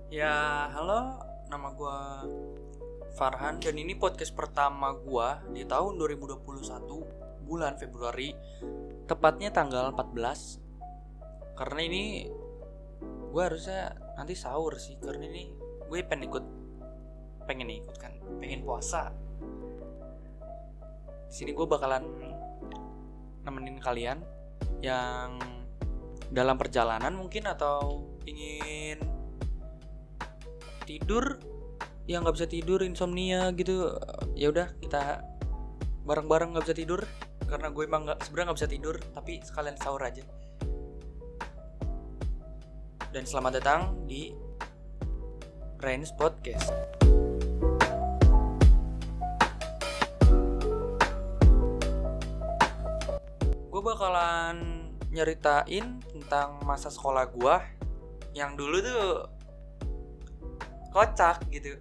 Ya, halo, nama gua Farhan dan ini podcast pertama gua di tahun 2021 bulan Februari, tepatnya tanggal 14. Karena ini gua harusnya nanti sahur sih, karena ini gue pengen puasa. Di sini gue bakalan nemenin kalian yang dalam perjalanan mungkin atau ingin tidur, yang nggak bisa tidur, insomnia gitu. Ya udah, kita bareng-bareng nggak bisa tidur, karena gue emang sebenarnya nggak bisa tidur, tapi sekalian sahur aja. Dan selamat datang di Rains Podcast. Gue bakalan nyeritain tentang masa sekolah gue yang dulu tuh kocak gitu.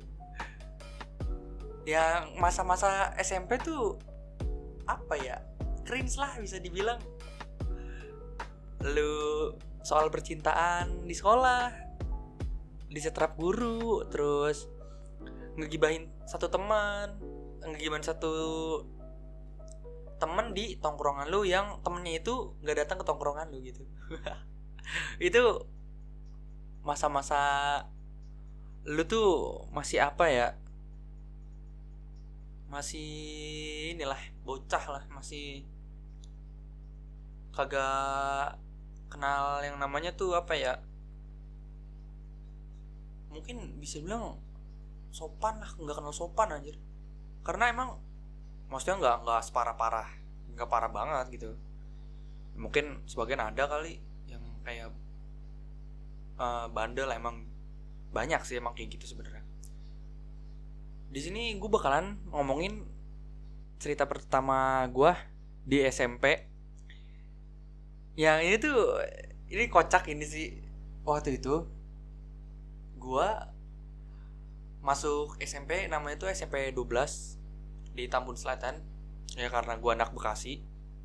Yang masa-masa SMP tuh apa ya, cringe lah bisa dibilang. Lu soal percintaan di sekolah, disetrap guru, terus ngegibahin satu teman di tongkrongan lu yang temennya itu nggak datang ke tongkrongan lu gitu. Itu masa-masa lu tuh masih apa ya, masih inilah bocah lah, masih kagak kenal yang namanya tuh apa ya, mungkin bisa bilang sopan lah, nggak kenal sopan anjir. Karena emang maksudnya nggak separah-parah, nggak parah banget gitu. Mungkin sebagian ada kali yang kayak bandel, emang banyak sih emang kayak gitu sebenarnya. Di sini gue bakalan ngomongin cerita pertama gue di SMP. Yang ini kocak ini sih. Waktu itu gue masuk SMP, namanya tuh SMP 12 di Tambun Selatan. Ya karena gue anak Bekasi.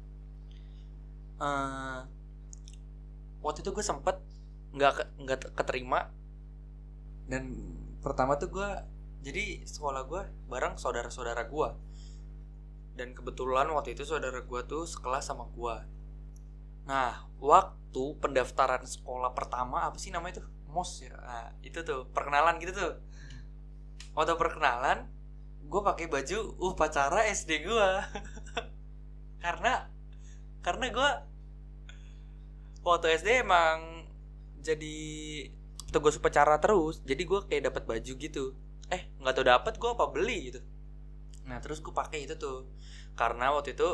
Waktu itu gue sempet nggak keterima. Dan pertama tuh gue, jadi sekolah gue bareng saudara-saudara gue. Dan kebetulan waktu itu saudara gue tuh sekelas sama gue. Nah, waktu pendaftaran sekolah pertama, apa sih namanya tuh? MOS ya. Nah, itu tuh perkenalan gitu tuh. Waktu perkenalan, gue pakai baju upacara SD gue. karena gue waktu SD emang jadi petugas upacara terus, jadi gue kayak dapat baju gitu. Nggak tahu dapat gue apa beli gitu. Nah terus gue pakai itu tuh karena waktu itu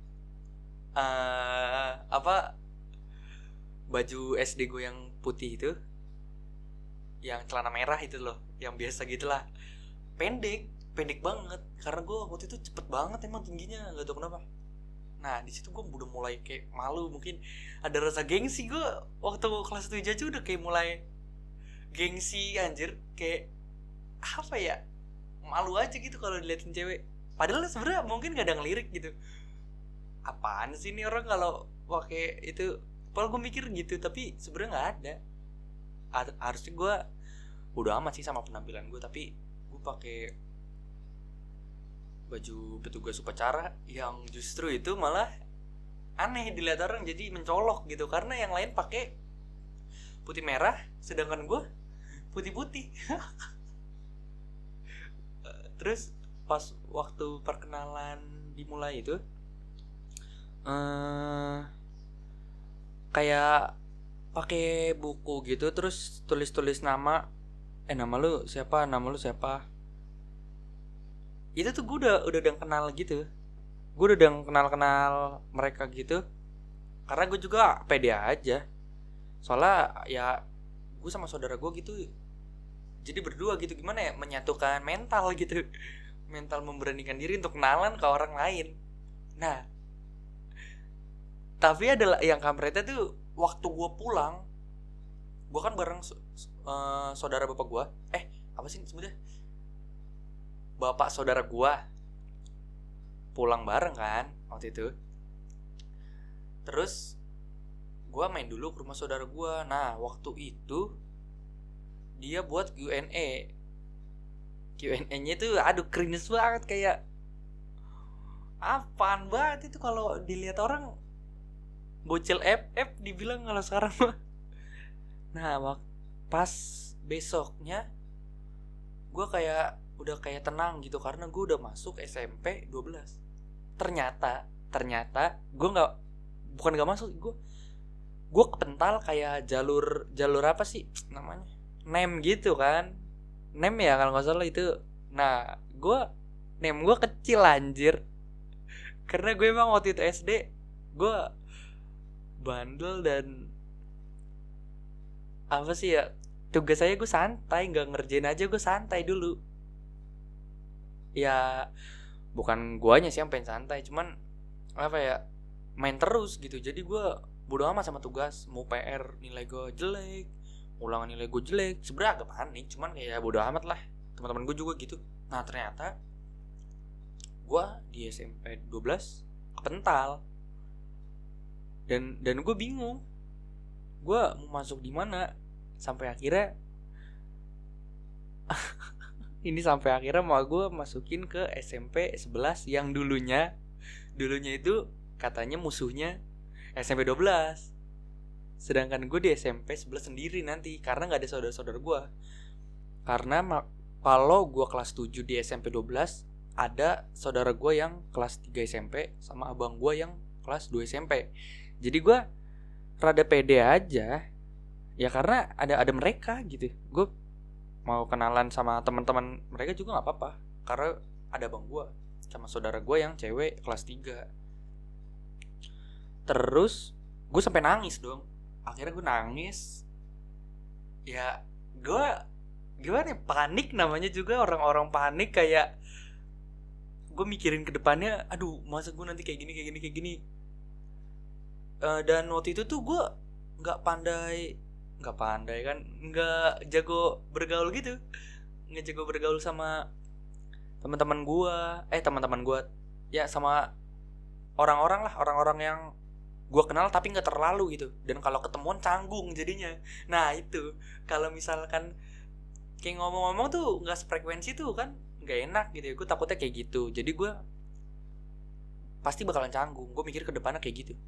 baju SD gue yang putih itu, yang celana merah itu loh, yang biasa gitulah, pendek banget. Karena gue waktu itu cepet banget emang tingginya, nggak tahu kenapa. Nah di situ gue udah mulai kayak malu, mungkin ada rasa gengsi. Gue waktu kelas 7 aja udah kayak mulai gengsi anjir, kayak apa ya, malu aja gitu kalau diliatin cewek. Padahal sebenarnya mungkin gak ada ngelirik gitu, apaan sih ini orang kalau pakai itu. Padahal gue mikir gitu, tapi sebenarnya nggak ada. Harusnya gue udah amat sih sama penampilan gue, tapi gue pakai baju petugas upacara yang justru itu malah aneh dilihat orang, jadi mencolok gitu. Karena yang lain pakai putih merah, sedangkan gue putih-putih. Terus pas waktu perkenalan dimulai itu, kayak pakai buku gitu, terus tulis nama lu siapa, itu tuh gue udah kenal gitu. Gue udah kenal mereka gitu, karena gue juga pede aja. Soalnya ya gue sama saudara gue gitu, jadi berdua gitu, gimana ya, menyatukan mental gitu. Mental memberanikan diri untuk kenalan ke orang lain. Nah tapi ada yang kampretnya tuh, waktu gue pulang, gue kan bareng saudara bapak gue, apa sih sebutnya, bapak saudara gue, pulang bareng kan waktu itu. Terus gue main dulu ke rumah saudara gue. Nah waktu itu dia buat Q&A-nya itu aduh cringe banget, kayak apaan banget itu kalau dilihat orang bocil FF dibilang kalau sekarang mah. Nah, pas besoknya gue kayak udah kayak tenang gitu karena gue udah masuk SMP 12. Ternyata gue bukan nggak masuk, gue kepental kayak jalur apa sih namanya, nem gitu kan, nem ya kalau nggak salah itu. Nah nem gue kecil anjir, karena gue emang waktu itu SD gue bandel dan apa sih ya, tugas saya gue santai, nggak ngerjain aja, gue santai dulu ya. Bukan guanya sih yang pengen santai, cuman apa ya, main terus gitu. Jadi gue bodo amat sama tugas, mau PR nilai gue jelek, ulangan nilai gue jelek, sebenernya agak panik, cuman kayak bodo amat lah. Teman-teman gue juga gitu. Nah ternyata gue di SMP 12 kepental dan gue bingung gue mau masuk di mana, sampai akhirnya mau gue masukin ke SMP 11 yang dulunya itu katanya musuhnya SMP 12. Sedangkan gue di SMP 11 sendiri nanti karena gak ada saudara-saudara gue. Karena kalau gue kelas 7 di SMP 12, ada saudara gue yang kelas 3 SMP sama abang gue yang kelas 2 SMP. Jadi gue rada pede aja ya karena ada mereka gitu. Gue mau kenalan sama teman-teman mereka juga nggak apa-apa karena ada abang gue sama saudara gue yang cewek kelas 3. Terus gue sampai nangis dong. Akhirnya gue nangis. Ya gue gimana ya, panik namanya juga, orang-orang panik, kayak gue mikirin ke depannya, aduh masa gue nanti kayak gini. Dan waktu itu tuh gue nggak pandai kan, nggak jago bergaul gitu, nggak jago bergaul sama teman-teman gue ya, sama orang-orang yang gue kenal tapi nggak terlalu gitu. Dan kalau ketemuan canggung jadinya. Nah itu kalau misalkan kayak ngomong-ngomong tuh nggak sefrekuensi tuh kan nggak enak gitu. Gue takutnya kayak gitu, jadi gue pasti bakalan canggung. Gue mikir ke depannya kayak gitu.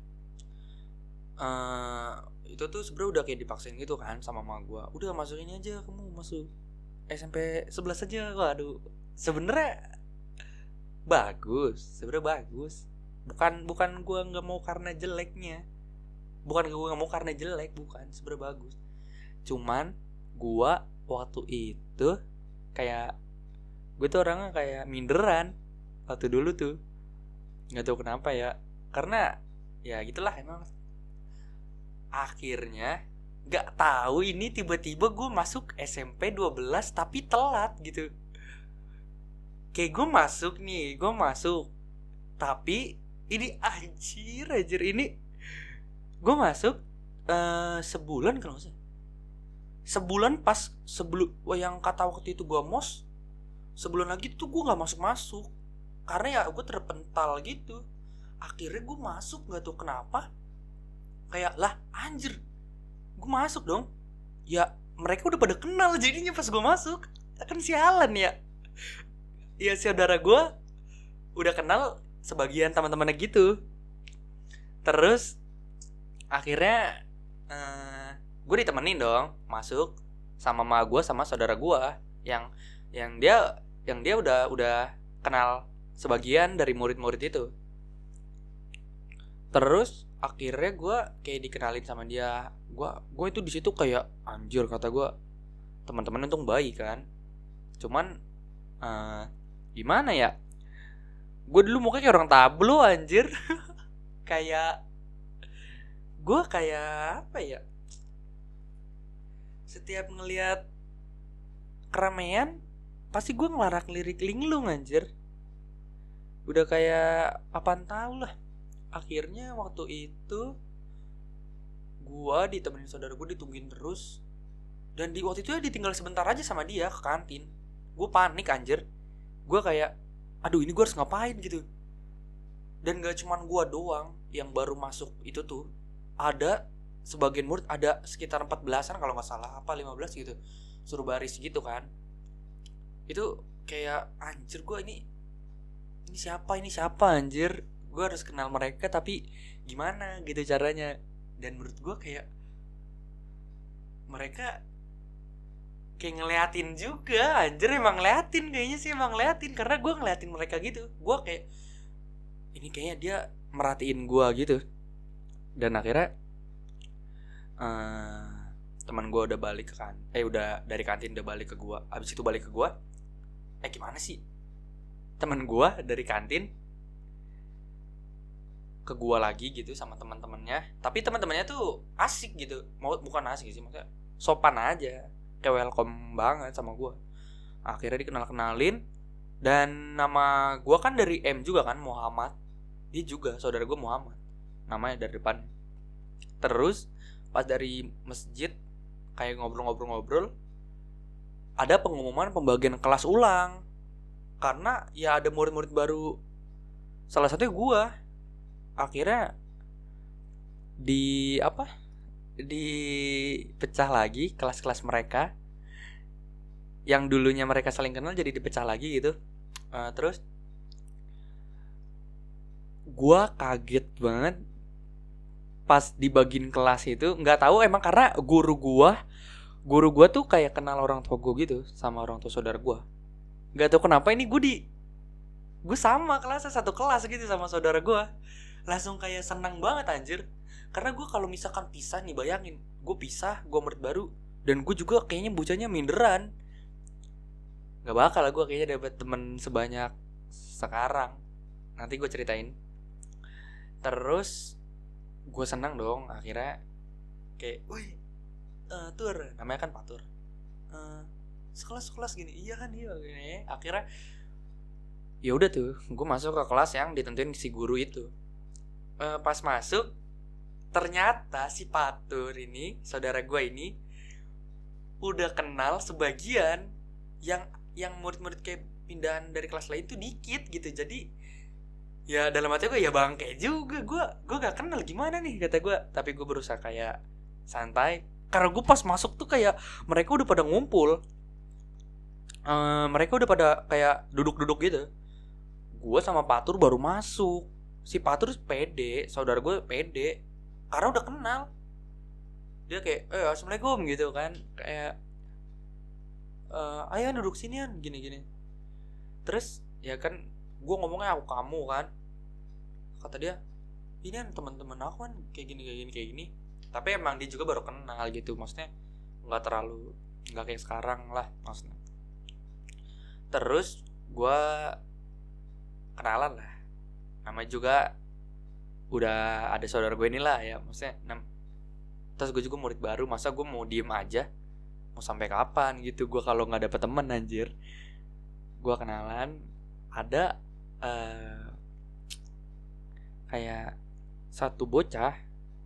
Itu tuh sebenarnya udah kayak dipaksain gitu kan sama mama gue, udah masuk ini aja, kamu masuk SMP 11 aja. Waduh, sebenarnya bagus. Bukan gue nggak mau karena jeleknya, bukan sebenarnya bagus. Cuman gue waktu itu kayak gue tuh orangnya kayak minderan waktu dulu tuh, nggak tahu kenapa ya, karena ya gitulah emang. Akhirnya gak tahu ini tiba-tiba gue masuk SMP 12 tapi telat gitu. Kayak gue masuk tapi ini anjir ini gue masuk sebulan kalau nggak salah. Sebulan pas sebelum yang kata waktu itu gue mos, sebulan lagi tuh gue nggak masuk karena ya gue terpental gitu. Akhirnya gue masuk, nggak tahu kenapa, kayak lah anjir gue masuk dong ya, mereka udah pada kenal jadinya pas gue masuk. Kan sialan ya saudara gue udah kenal sebagian teman-temannya gitu. Terus akhirnya gue ditemenin dong masuk sama mama gue sama saudara gue yang dia udah kenal sebagian dari murid-murid itu. Terus akhirnya gue kayak dikenalin sama dia. Gue itu di situ kayak anjir, kata gue, teman-teman untung baik kan. Cuman gimana ya, gue dulu mukanya kayak orang tablo anjir. Kayak gue kayak apa ya, setiap ngelihat keramaian pasti gue ngelirik linglung anjir. Udah kayak apaan tahu lah. Akhirnya waktu itu gue ditemenin saudara gue, ditungguin terus. Dan waktu itu ya ditinggal sebentar aja sama dia ke kantin. Gue panik anjir. Gue kayak aduh ini gue harus ngapain gitu. Dan gak cuman gue doang yang baru masuk itu tuh, ada sebagian murid ada sekitar 14-an kalau nggak salah, apa 15 gitu, suruh baris gitu kan. Itu kayak anjir, gue ini siapa anjir, gue harus kenal mereka tapi gimana gitu caranya. Dan menurut gue kayak mereka kayak ngeliatin juga anjir, emang ngeliatin kayaknya sih, emang ngeliatin karena gue ngeliatin mereka gitu. Gue kayak ini kayaknya dia merhatiin gue gitu. Dan akhirnya teman gue udah balik ke udah dari kantin udah balik ke gue. Abis itu balik ke gue, gimana sih, teman gue dari kantin ke gue lagi gitu sama teman-temannya. Tapi teman-temannya tuh asik gitu, bukan asik sih, maksudnya sopan aja, kayak welcome banget sama gue. Akhirnya dikenal-kenalin. Dan nama gue kan dari M juga kan, Muhammad. Dia juga saudara gue Muhammad, namanya dari depan. Terus pas dari masjid kayak ngobrol-ngobrol, ada pengumuman pembagian kelas ulang. Karena ya ada murid-murid baru, salah satunya gue. Akhirnya dipecah lagi kelas-kelas mereka. Yang dulunya mereka saling kenal jadi dipecah lagi gitu. Terus gue kaget banget pas dibagiin kelas itu. Nggak tahu emang karena guru gue tuh kayak kenal orang tua gue gitu, sama orang tua saudara gue. Nggak tahu kenapa ini gue sama kelasnya, satu kelas gitu sama saudara gue. Langsung kayak senang banget anjir. Karena gue kalau misalkan pisah nih, bayangin gue pisah, gue murid baru, dan gue juga kayaknya bocahnya minderan. Gak bakal lah gue kayaknya dapet temen sebanyak sekarang. Nanti gue ceritain. Terus gue senang dong akhirnya. Kayak wih, tur, namanya kan Patur, sekelas gini. Iya kan, iya gini. Akhirnya ya udah tuh, gue masuk ke kelas yang ditentuin si guru itu. Pas masuk, ternyata si Patur ini, saudara gue ini, udah kenal sebagian. Yang murid-murid kayak pindahan dari kelas lain tuh dikit gitu. Jadi ya dalam hati gue ya bangke juga, gue gak kenal gimana nih kata gue. Tapi gue berusaha kayak santai, karena gue pas masuk tuh kayak mereka udah pada ngumpul. Mereka udah pada kayak duduk-duduk gitu. Gue sama Patur baru masuk. Si Patur pede, saudara gue pede, karena udah kenal. Dia kayak assalamualaikum gitu kan, kayak ayo duduk sinian gini-gini. Terus ya kan gue ngomongnya aku kamu kan. Kata dia, ini kan teman-teman aku kan kayak gini. Tapi emang dia juga baru kenal gitu, maksudnya nggak kayak sekarang lah maksudnya. Terus gue kenalan lah, namanya juga udah ada saudara gue inilah ya, maksudnya terus gue juga murid baru, masa gue mau diem aja, mau sampai kapan gitu gue kalau nggak dapet temen anjir. Gue kenalan, ada kayak satu bocah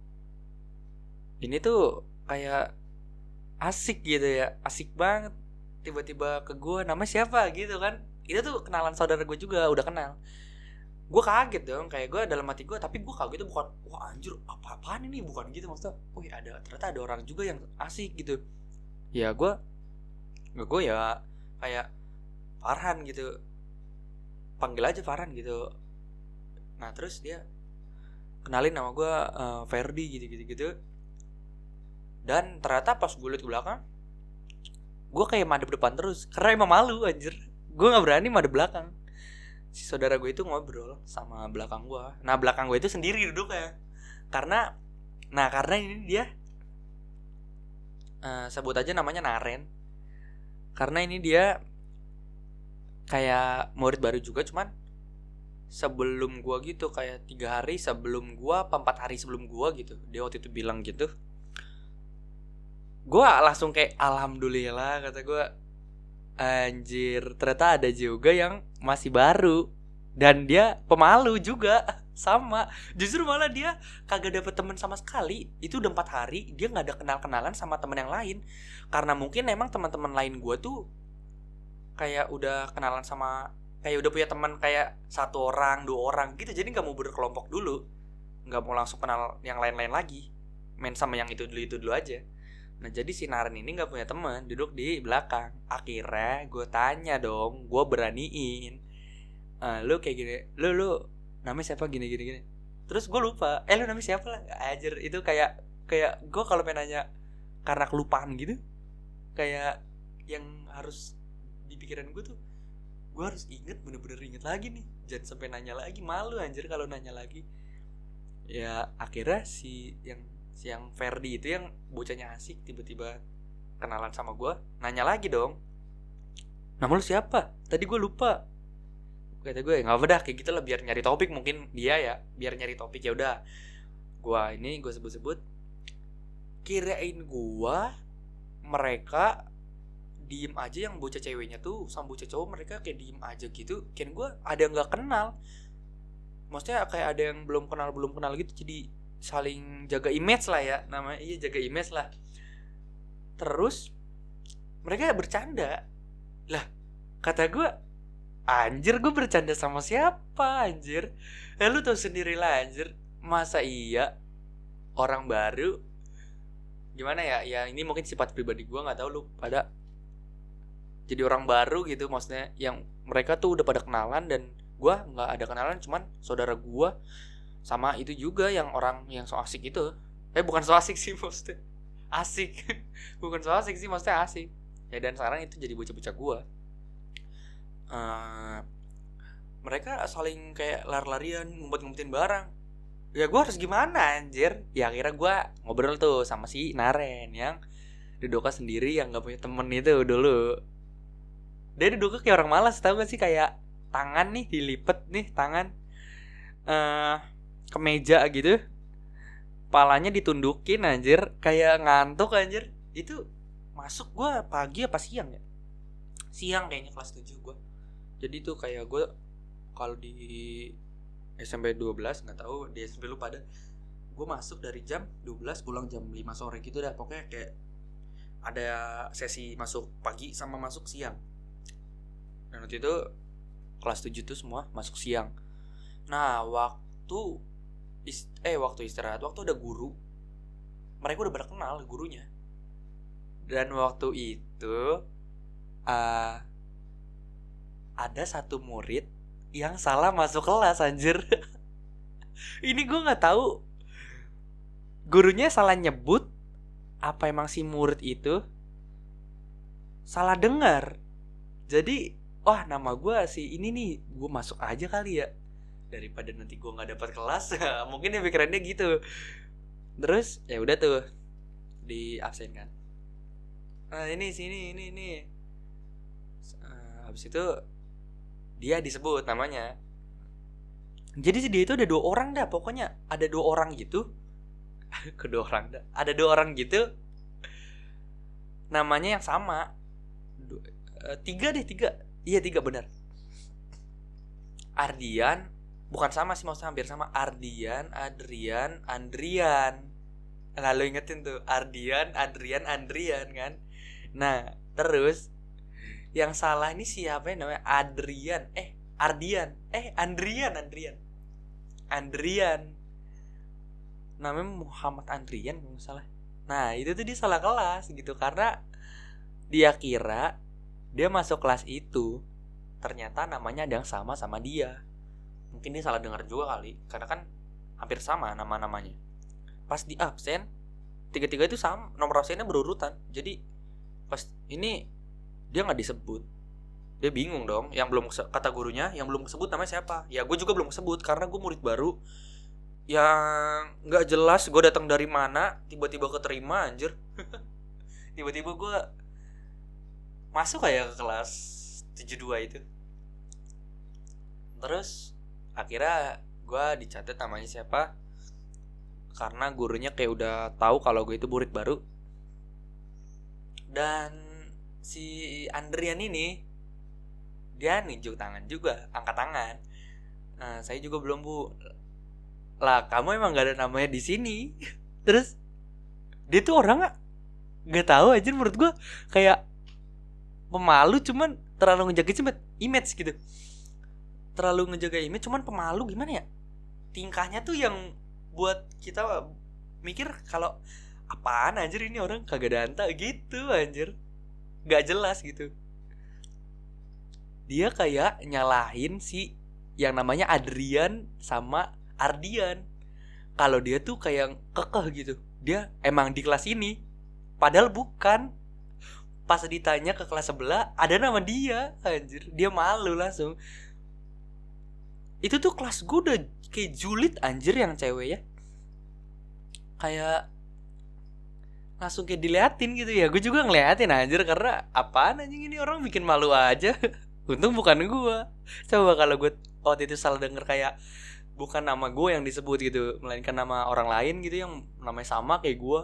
ini tuh kayak asik gitu ya, asik banget. Tiba-tiba ke gue, nama siapa gitu kan. Itu tuh kenalan saudara gue juga, udah kenal. Gue kaget dong, kayak gue dalam hati gue, tapi gue kaget tuh bukan wah anjir apa-apaan ini, bukan gitu maksudnya. Ternyata ada orang juga yang asik gitu. Ya gue ya kayak Farhan gitu, panggil aja Farhan gitu. Nah terus dia kenalin nama gue Ferdi gitu. Dan ternyata pas gue liat ke belakang, gue kayak madep depan terus, karena emang malu anjir. Gue gak berani madep belakang. Si saudara gue itu ngobrol sama belakang gue. Nah belakang gue itu sendiri duduknya. Karena ini dia sebut aja namanya Naren. Karena ini dia kayak murid baru juga, cuman sebelum gue gitu, kayak 3 hari sebelum gue, 4 hari sebelum gue gitu. Dia waktu itu bilang gitu. Gue langsung kayak alhamdulillah, kata gue, anjir ternyata ada juga yang masih baru. Dan dia pemalu juga. Sama, justru malah dia kagak dapet temen sama sekali. Itu udah 4 hari dia gak ada kenal-kenalan sama temen yang lain. Karena mungkin emang teman-teman lain gue tuh kayak udah kenalan sama, kayak udah punya teman kayak 1 orang 2 orang gitu. Jadi gak mau berkelompok dulu, gak mau langsung kenal yang lain-lain lagi. main sama yang itu dulu aja. Nah jadi si Naren ini nggak punya teman, duduk di belakang. Akhirnya gue tanya dong, gue beraniin, lu kayak gini, lu namanya siapa gini. Terus gue lupa, lu namanya siapa lah, ajar itu kayak gue kalau pengen nanya karena kelupaan gitu, kayak yang harus di pikiran gue tuh, gue harus inget, bener-bener inget lagi nih, jangan sampai nanya lagi, malu anjir kalau nanya lagi. Ya akhirnya si yang Ferdi itu yang bocahnya asik tiba-tiba kenalan sama gue, nanya lagi dong, nama lu siapa? Tadi gue lupa. Kata gue nggak apa dah kayak gitu lah, biar nyari topik, mungkin dia ya biar nyari topik. Ya udah gue sebut kirain gue mereka diem aja, yang bocah ceweknya tuh sama bocah cowok mereka kayak diem aja gitu, kirain gue ada yang nggak kenal, maksudnya kayak ada yang belum kenal gitu, jadi saling jaga image lah ya namanya. Iya jaga image lah. Terus mereka bercanda lah, kata gue anjir gue bercanda sama siapa anjir, lu tau sendiri lah anjir, masa iya orang baru, gimana ya ini mungkin sifat pribadi gue, nggak tahu lu pada jadi orang baru gitu, maksudnya yang mereka tuh udah pada kenalan dan gue nggak ada kenalan, cuman saudara gue sama itu juga yang orang yang so asik itu, bukan so asik sih maksudnya asik bukan so asik sih maksudnya asik ya, dan sekarang itu jadi bocah-bocah gue. Mereka saling kayak lari-larian ngumpet-ngumpetin barang. Ya gue harus gimana anjir. Ya akhirnya gue ngobrol tuh sama si Naren yang duduknya sendiri, yang gak punya temen itu dulu. Dia duduknya kayak orang malas, tau gak sih, kayak tangan nih dilipet nih, tangan ke meja gitu, palanya ditundukin anjir, kayak ngantuk anjir. Itu masuk gue pagi apa siang ya? Siang kayaknya, kelas 7 gue. Jadi tuh kayak gue kalau di SMP 12 nggak tahu di SMP lu pada, gue masuk dari jam 12 pulang jam 5 sore gitu dah, pokoknya kayak ada sesi masuk pagi sama masuk siang. Dan waktu itu kelas 7 tuh semua masuk siang. Nah waktu istirahat, waktu ada guru, mereka udah pada kenal gurunya. Dan waktu itu ada satu murid yang salah masuk kelas anjir. Ini gue nggak tahu gurunya salah nyebut apa emang si murid itu salah dengar. Jadi wah nama gue si ini nih, gue masuk aja kali ya daripada nanti gue nggak dapat kelas. Mungkin dia pikirannya gitu. Terus ya udah tuh di absen kan. Ini sini ini. Habis itu dia disebut namanya. Jadi dia itu ada 2 orang dah, pokoknya ada 2 orang gitu. Kedua orang dah. Ada 2 orang gitu. Namanya yang sama. 3 deh. Iya 3 benar. Ardian, bukan sama sih, maksudnya hampir sama. Ardian, Adrian, Andrian. Lalu ingetin tuh Ardian, Adrian, Andrian kan. Nah terus yang salah ini siapa ya namanya? Adrian. Ardian. Andrian. Namanya Muhammad Andrian kalau nggak salah. Nah itu tuh dia salah kelas gitu, karena dia kira dia masuk kelas itu, ternyata namanya ada yang sama dia. Mungkin dia salah dengar juga kali, karena kan hampir sama nama-namanya. Pas di absen 3 itu sama, nomor absennya berurutan. Jadi pas ini dia nggak disebut, dia bingung dong. Yang belum kata gurunya, yang belum kesebut namanya siapa? Ya gue juga belum kesebut karena gue murid baru yang nggak jelas gue datang dari mana, tiba-tiba keterima anjir. Tiba-tiba gue masuk kayak ke kelas 72 itu. Terus akhirnya gue dicatat namanya siapa, karena gurunya kayak udah tahu kalau gue itu murid baru. Dan si Andrian ini dia ninjuk tangan juga, angkat tangan. Nah, saya juga belum, Bu. Lah, kamu emang gak ada namanya di sini. Terus dia tuh orang nggak tahu aja, menurut gue kayak pemalu, cuman terlalu ngejaga image gitu. Terlalu ngejaga image, cuman pemalu gimana ya? Tingkahnya tuh yang buat kita mikir kalau apaan anjir ini orang kagak danta gitu anjir, nggak jelas gitu. Dia kayak nyalahin si yang namanya Adrian sama Ardian. Kalau dia tuh kayak kekeh gitu, dia emang di kelas ini, padahal bukan. Pas ditanya ke kelas sebelah ada nama dia, anjir dia malu langsung. Itu tuh kelas gue udah kayak julid anjir yang cewek ya, kayak langsung kayak diliatin gitu ya. Gue juga ngeliatin anjir, karena apaan anjing ini orang bikin malu aja. Untung bukan gue. Coba kalau gue waktu itu salah denger kayak bukan nama gue yang disebut gitu, melainkan nama orang lain gitu yang namanya sama kayak gue,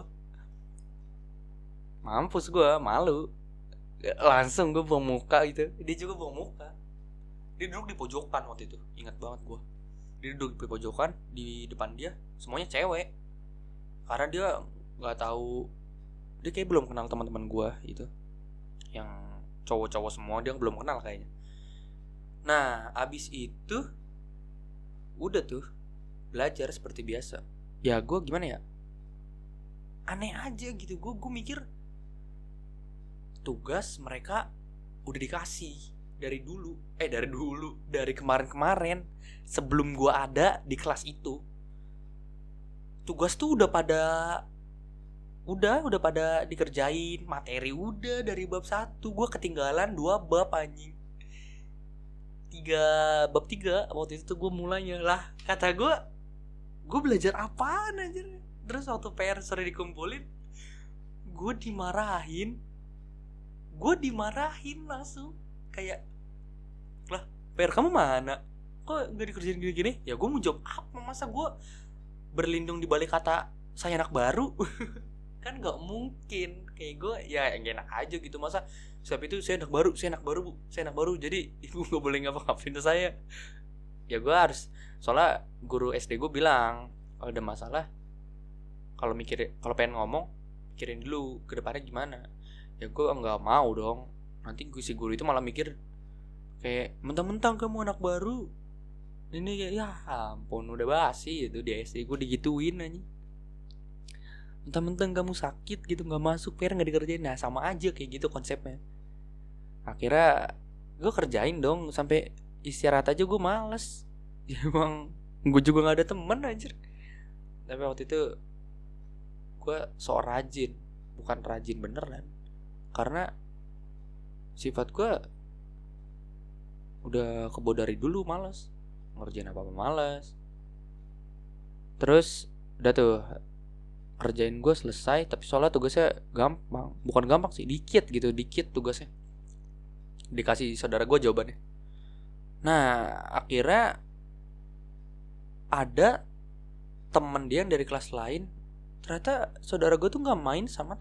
mampus gue, malu. Langsung gue buang muka gitu. Dia juga buang muka. Dia duduk di pojokan waktu itu, ingat banget gue. Dia duduk di pojokan, di depan dia semuanya cewek. Karena dia nggak tahu, dia kayak belum kenal teman-teman gue itu, yang cowok-cowok semua dia belum kenal kayaknya. Nah abis itu udah tuh belajar seperti biasa. Ya gue gimana ya, aneh aja gitu. Gue mikir tugas mereka udah dikasih dari kemarin-kemarin sebelum gue ada di kelas itu. Tugas tuh udah pada dikerjain, materi udah dari bab 1. Gue ketinggalan 2 bab anjing. 3 waktu itu tuh gue mulainya lah. Kata gue belajar apaan anjir. Terus waktu PR sore dikumpulin, gue dimarahin langsung. Kayak, lah PR kamu mana? Kok gak dikerjain gini-gini? Ya gue mau jawab apa? Masa gue berlindung di balik kata saya anak baru? Kan gak mungkin. Kayak gue ya enak aja gitu. Masa setiap itu saya anak baru bu, saya anak baru, jadi ibu gak boleh ngapa-ngapain ke saya. Ya gue harus, soalnya guru SD gue bilang kalau ada masalah, kalau pengen ngomong, pikirin dulu ke depannya gimana. Ya gue nggak mau dong, nanti si guru itu malah mikir kayak mentang-mentang kamu anak baru ini, ya ampun udah basi itu di SD gue digituin aja. Mentang-mentang kamu sakit gitu nggak masuk PR nggak dikerjain. Nah sama aja kayak gitu konsepnya. Akhirnya gue kerjain dong, sampai istirahat aja gue males. Ya emang gue juga nggak ada temen anjir. Tapi waktu itu gue sok rajin, bukan rajin beneran, karena sifat gue udah kebo dari dulu, malas ngerjain apa-apa, malas. Terus udah tuh kerjain gue selesai, tapi soalnya tugasnya bukan gampang sih, dikit tugasnya, dikasih saudara gue jawabannya. Nah akhirnya ada temen dia yang dari kelas lain, ternyata saudara gue tuh nggak main sama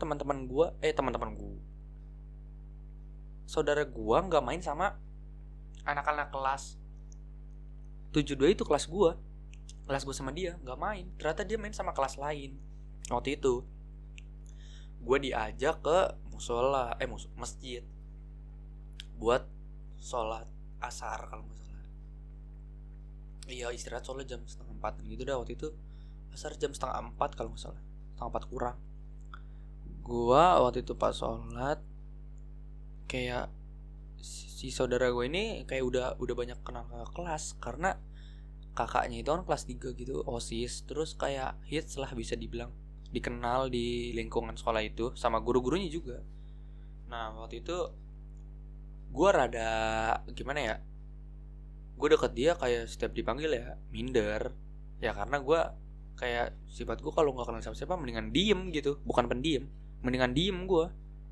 saudara gue nggak main sama anak-anak kelas 72 itu, kelas gue sama dia nggak main. Ternyata dia main sama kelas lain. Waktu itu gue diajak ke masjid buat sholat asar kalau nggak salah. Iya istirahat soalnya jam 3:30 gitu dah waktu itu. Asar jam 3:30 kalau nggak salah, 3:30 kurang. Gue waktu itu pas sholat, kayak si saudara gue ini kayak udah banyak kenal ke kelas, karena kakaknya itu kan kelas 3 gitu, OSIS. Terus kayak hits lah bisa dibilang, dikenal di lingkungan sekolah itu sama guru-gurunya juga. Nah waktu itu gue rada gimana ya, gue deket dia kayak setiap dipanggil ya minder. Ya karena gue kayak sifat gue kalau gak kenal siapa-siapa mendingan diem gitu, bukan pendiam, mendingan diem gue.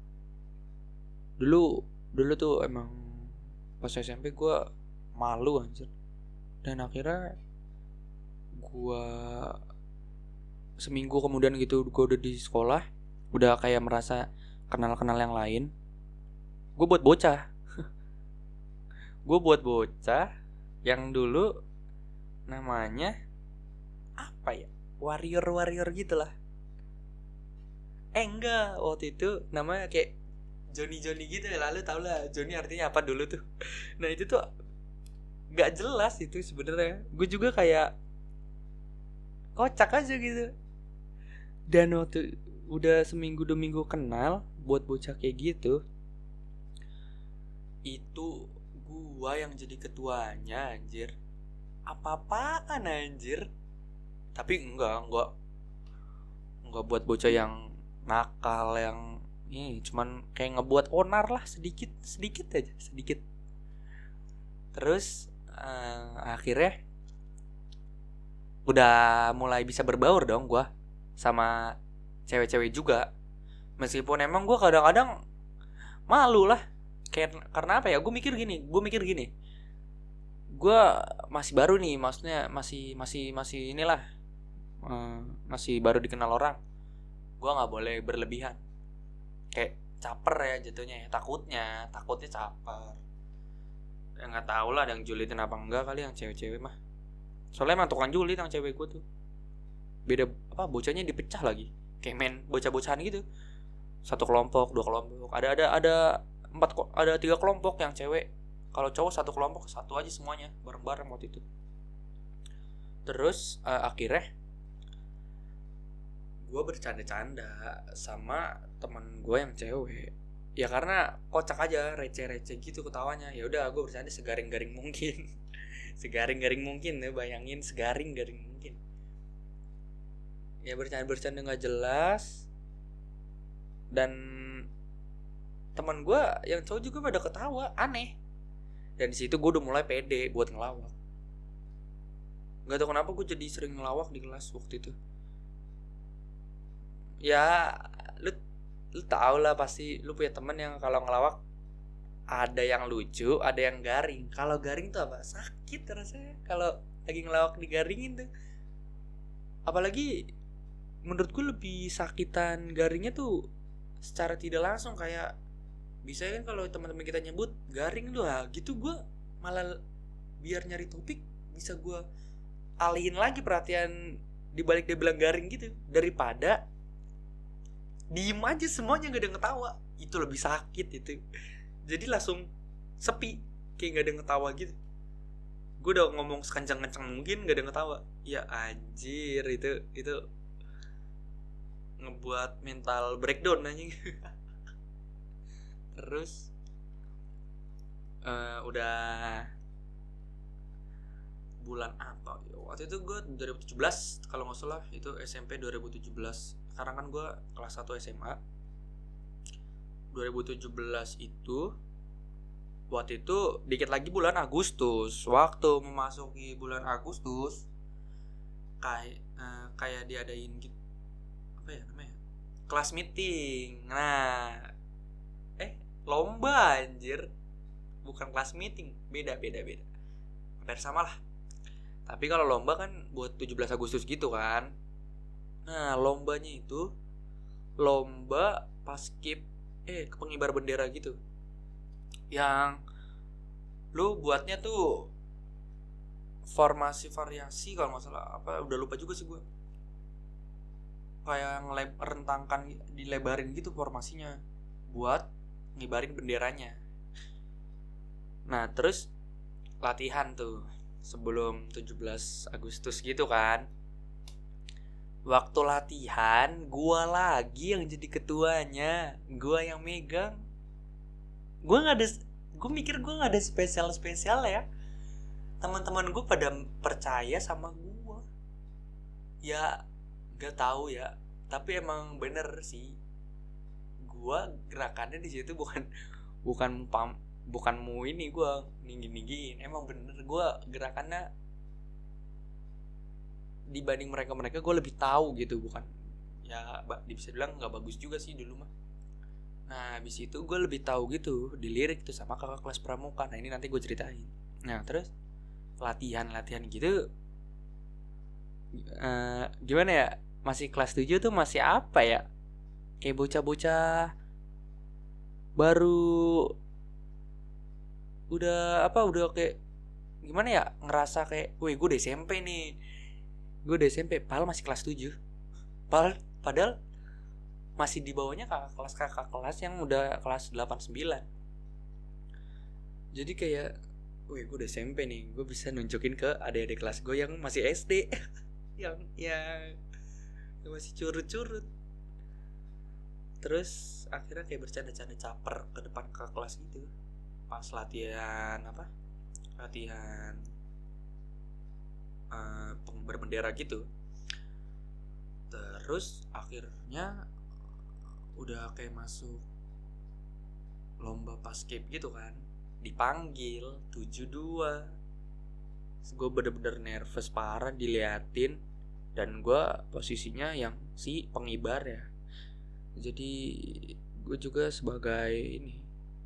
Dulu tuh emang pas SMP gue malu anjir. Dan akhirnya gue seminggu kemudian gitu, gue udah di sekolah, udah kayak merasa kenal-kenal yang lain. Gue buat bocah yang dulu namanya apa ya, warrior gitulah. Enggak, waktu itu namanya kayak Johnny gitu. Lalu tau lah Johnny artinya apa dulu tuh. Nah itu tuh gak jelas itu sebenarnya. Gue juga kayak kocak aja gitu. Dan waktu udah seminggu 2 minggu kenal, buat bocah kayak gitu, Itu gua yang jadi ketuanya anjir. Apa-apaan anjir. Tapi enggak buat bocah yang nakal yang ini, cuman kayak ngebuat onar lah sedikit sedikit aja sedikit. Terus akhirnya udah mulai bisa berbaur dong gua sama cewek-cewek juga. Meskipun emang gua kadang-kadang malu lah. Kayak karena apa ya? Gue mikir gini. Gua masih baru nih, maksudnya masih inilah, masih baru dikenal orang. Gua nggak boleh berlebihan. Kayak caper ya jatuhnya ya. Takutnya caper. Ya nggak tahu lah ada yang julitin apa enggak kali yang cewek-cewek mah. Soalnya emang tukang julid yang cewek gue tuh. Beda apa bocahnya dipecah lagi. Kayak main bocah-bocahan gitu. Satu kelompok, dua kelompok. Ada 3 kelompok yang cewek. Kalau cowok satu kelompok satu aja semuanya bareng-bareng waktu itu. Terus akhirnya gue bercanda-canda sama teman gue yang cewek. Ya karena kocak aja, receh-receh gitu ketawanya. Ya udah gue bercanda segaring-garing mungkin. Segaring-garing mungkin ya, bayangin segaring-garing mungkin. Ya bercanda-bercanda nggak jelas. Dan teman gue yang cowok juga pada ketawa, aneh. Dan di situ gue udah mulai pede buat ngelawak. Gak tau kenapa gue jadi sering ngelawak di kelas waktu itu. Ya lu tau lah pasti lu punya temen yang kalau ngelawak ada yang lucu, ada yang garing. Kalau garing tuh apa? Sakit rasanya kalau lagi ngelawak digaringin tuh. Apalagi menurut gue lebih sakitan garingnya tuh secara tidak langsung, kayak bisa kan kalau teman-teman kita nyebut garing lu gitu, gue malah biar nyari topik bisa gue alihin lagi perhatian dibalik dia bilang garing gitu, daripada diem aja semuanya gak ada yang ketawa. Itu lebih sakit itu. Jadi langsung sepi, kayak gak ada yang ketawa gitu. Gue udah ngomong sekencang-kencang mungkin gak ada yang ketawa. Ya anjir, itu ngebuat mental breakdown anjing. Terus udah bulan apa waktu itu gue 2017 kalau nggak salah, itu SMP 2017. Sekarang kan gue kelas 1 SMA. 2017 itu waktu itu dikit lagi bulan Agustus. Waktu memasuki bulan Agustus kayak diadain gitu, apa ya namanya, kelas meeting. Nah lomba anjir, bukan kelas meeting, beda hampir sama lah. Tapi kalau lomba kan buat 17 Agustus gitu kan. Nah lombanya itu lomba paskib pengibar bendera gitu, yang lu buatnya tuh formasi variasi kalau nggak salah, apa udah lupa juga sih gue. Kayak rentangkan dilebarin gitu formasinya buat ngibarin benderanya. Nah terus latihan tuh sebelum 17 Agustus gitu kan. Waktu latihan gua lagi yang jadi ketuanya, gua yang megang. Gua mikir gua nggak ada spesial ya. Teman-teman gua pada percaya sama gua. Ya gak tahu ya, tapi emang bener sih. Gua gerakannya di situ bukan mau ini gua ninggiin. Emang bener gua gerakannya dibanding mereka gue lebih tahu gitu, bukan ya bisa bilang nggak bagus juga sih dulu mah. Nah habis itu gue lebih tahu gitu, dilirik tuh sama kakak kelas pramuka. Nah ini nanti gue ceritain. Nah terus latihan gitu gimana ya, masih kelas 7 tuh masih apa ya, kayak bocah-bocah baru udah kayak gimana ya, ngerasa kayak wih gue udah SMP nih. Gue udah SMP, padahal masih kelas 7. Padahal masih di bawahnya kakak kelas yang udah kelas 8-9. Jadi kayak wih gue udah SMP nih, gue bisa nunjukin ke adik-adik kelas gue yang masih SD. yang masih curut-curut. Terus akhirnya kayak bercanda-canda caper ke depan ke kelas gitu pas latihan pengibar bendera gitu. Terus akhirnya udah kayak masuk lomba paskib gitu kan, dipanggil 72. Gue bener-bener nervous parah diliatin, dan gue posisinya yang si pengibar ya. Jadi gue juga sebagai ini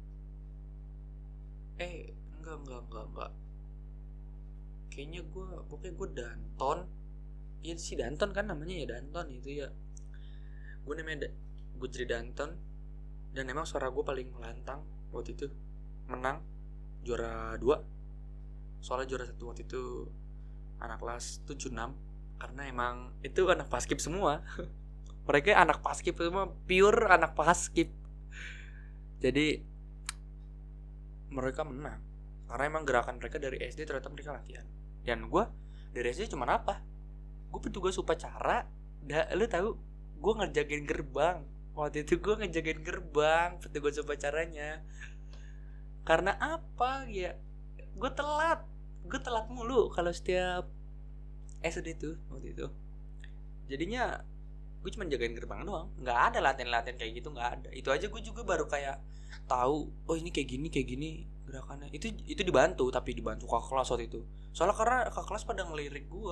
enggak kayaknya pokoknya gue Danton. Iya si Danton kan namanya ya, Danton itu ya. Gue jadi Danton, dan emang suara gue paling lantang waktu itu, menang juara 2. Soalnya juara 1 waktu itu anak kelas 76, karena emang itu anak paskib semua. Mereka anak paskib semua, pure anak paskib. Jadi mereka menang karena emang gerakan mereka dari SD ternyata mereka latihan. Dan gue dari SD cuma apa? Gue petugas upacara. Lu tahu, gue ngejagain gerbang. Waktu itu gue ngejagain gerbang petugas upacaranya. Karena apa ya? Gue telat mulu kalau setiap SD tuh waktu itu. Jadinya gue cuma jagain gerbang doang, nggak ada latihan kayak gitu, nggak ada. Itu aja gue juga baru kayak tahu, oh ini kayak gini gerakannya. Itu dibantu kakak kelas waktu itu. Soalnya karena kakak kelas pada ngelirik gue.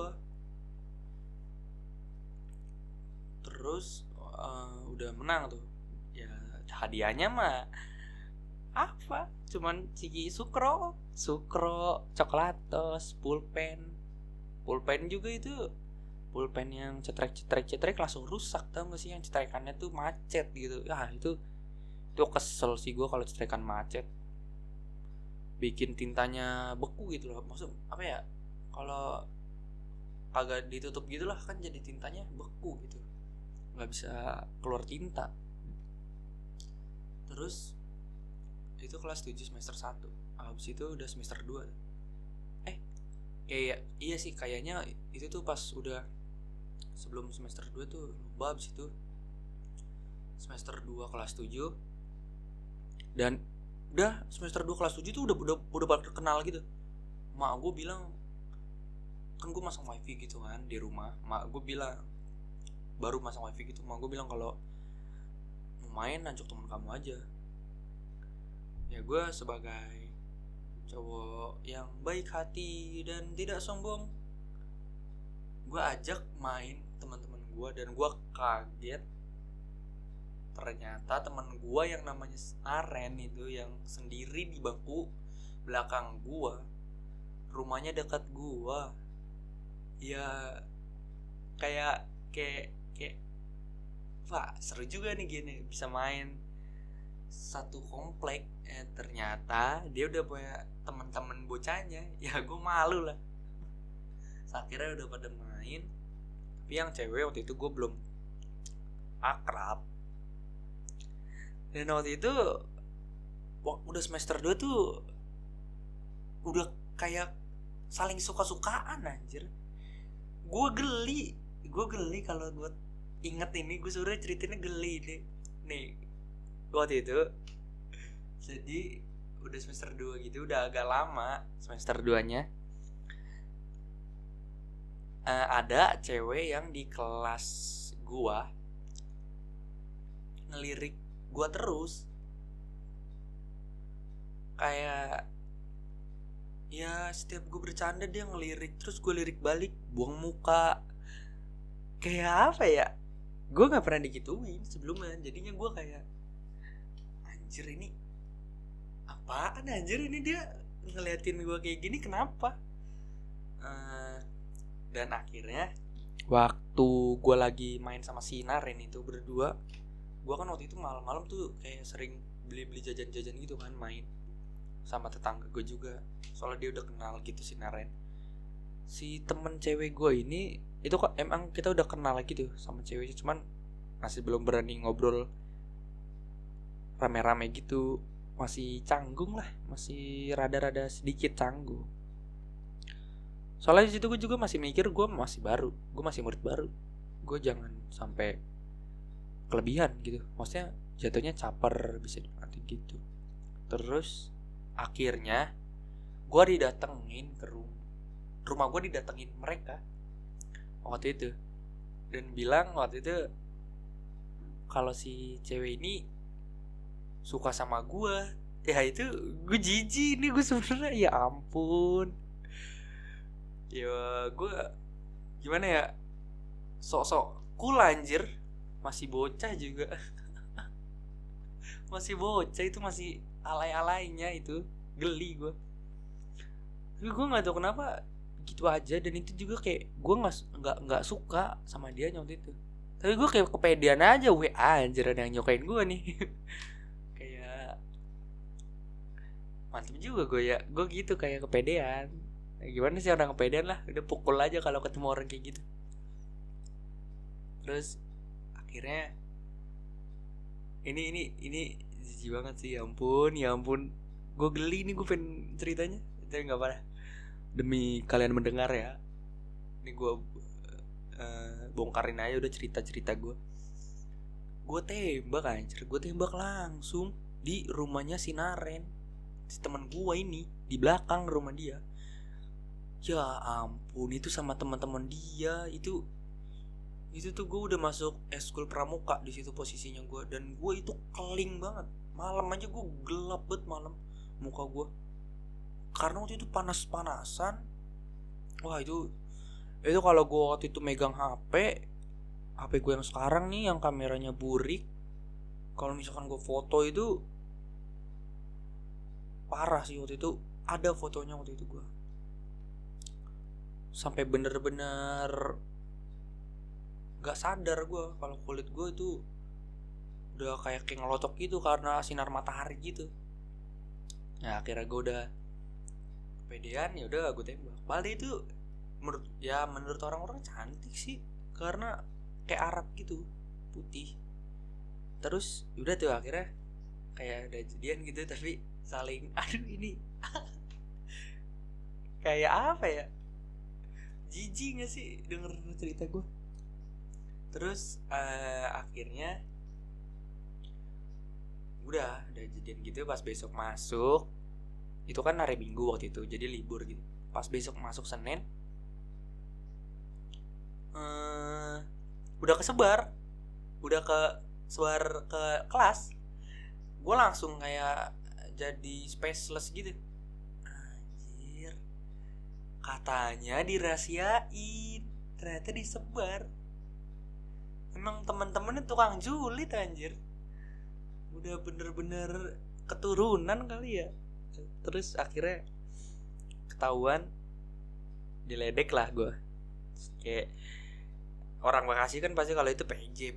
Terus udah menang tuh ya, hadiahnya mah apa, cuman ciki sukro coklatos, pulpen juga. Itu pulpen yang cetrek langsung rusak, tau gak sih, yang cetrekannya tuh macet gitu. Itu kesel sih gue kalau cetrekan macet, bikin tintanya beku gitu loh. Maksud apa ya, kalau agak ditutup gitu lah kan, jadi tintanya beku gitu, nggak bisa keluar tinta. Terus itu kelas 7 semester 1. Habis itu udah semester 2. Iya sih kayaknya itu tuh pas udah sebelum semester 2 tuh lomba. Habis itu semester 2 kelas 7. Dan udah semester 2 kelas 7 tuh udah pada kenal gitu. Mak gue bilang, kan gue masang wifi gitu kan di rumah. Mak gue bilang, baru masang wifi gitu, mak gue bilang kalau mau main ajak teman kamu aja. Ya gue sebagai cowok yang baik hati dan tidak sombong, gue ajak main teman-teman gue. Dan gue kaget, ternyata teman gue yang namanya Aren itu, yang sendiri di bangku belakang gue, rumahnya dekat gue. Ya kayak wah seru juga nih gini, bisa main satu komplek. Ternyata dia udah punya teman-teman bocahnya. Ya gue malu lah. Akhirnya udah pada main, tapi yang cewek waktu itu gue belum akrab. Dan waktu itu udah semester 2 tuh udah kayak saling suka-sukaan anjir. Gue geli kalau gue inget ini. Gue sebenernya ceritanya geli nih waktu itu. Jadi udah semester 2 gitu, udah agak lama semester 2-nya. Ada cewek yang di kelas gua ngelirik gua terus, kayak ya setiap gua bercanda dia ngelirik, terus gua lirik balik, buang muka. Kayak apa ya, gua nggak pernah digituin sebelumnya. Jadinya gua kayak, anjir ini apaan anjir, ini dia ngeliatin gua kayak gini kenapa. Dan akhirnya waktu gue lagi main sama si Naren itu berdua, gue kan waktu itu malam-malam tuh kayak sering beli-beli jajan-jajan gitu kan, main sama tetangga gue juga. Soalnya dia udah kenal gitu si Naren. Si temen cewek gue ini itu kok emang kita udah kenal lagi tuh sama ceweknya, cuman masih belum berani ngobrol rame-rame gitu. Masih canggung lah, masih rada-rada sedikit canggung. Soalnya di situ gue juga masih mikir gue masih baru, gue masih murid baru, gue jangan sampai kelebihan gitu, maksudnya jatuhnya caper bisa diarti gitu. Terus akhirnya gue didatengin ke rumah gue, didatengin mereka waktu itu, dan bilang waktu itu kalau si cewek ini suka sama gue. Ya itu gue jijik nih gue sebenarnya, ya ampun. Ya gue gimana ya, sok-sok cool anjir, masih bocah juga. Masih bocah itu, masih alay-alaynya itu, geli gue. Tapi gue nggak tahu kenapa gitu aja, dan itu juga kayak gue nggak suka sama dia waktu itu. Tapi gue kayak kepedean aja, anjir ada yang nyokain gue nih. Kayak mantep juga gue ya, gue gitu kayak kepedean. Nah, gimana sih orang kepedean lah, udah pukul aja kalau ketemu orang kayak gitu. Terus akhirnya ini jijik banget sih, ya ampun. Gue geli nih, gue pengen ceritanya, tapi nggak apa-apa. Demi kalian mendengar ya, ini gue bongkarin aja udah cerita gue. Gue tembak langsung di rumahnya si Naren, si teman gue ini, di belakang rumah dia. Ya ampun, itu sama teman-teman dia itu tuh gue udah masuk eskul pramuka di situ posisinya gue, dan gue itu keling banget. Malam aja gue gelap banget malam muka gue, karena waktu itu panas-panasan. Wah itu kalau gue waktu itu megang HP gue yang sekarang nih, yang kameranya burik, kalau misalkan gue foto itu parah sih. Waktu itu ada fotonya waktu itu gue, sampai bener-bener gak sadar gue kalau kulit gue itu udah kayak ngelotok gitu karena sinar matahari gitu. Nah akhirnya gue udah kepedean, ya udah gue tembak. Padahal itu menurut orang-orang cantik sih, karena kayak Arab gitu, putih. Terus udah tuh akhirnya kayak udah jadian gitu, tapi saling aduh ini kayak apa ya, jijik gak sih denger cerita gue. Terus akhirnya udah jadian gitu. Pas besok masuk, itu kan hari Minggu waktu itu, jadi libur gitu. Pas besok masuk Senin, udah kesebar ke kelas. Gue langsung kayak jadi spaceless gitu. Anjir, katanya dirahasiain, ternyata disebar. Emang teman-temannya tukang julid anjir, udah bener-bener keturunan kali ya. Terus akhirnya ketahuan, diledek lah gue. Kayak orang Bekasi kan pasti kalau itu PJ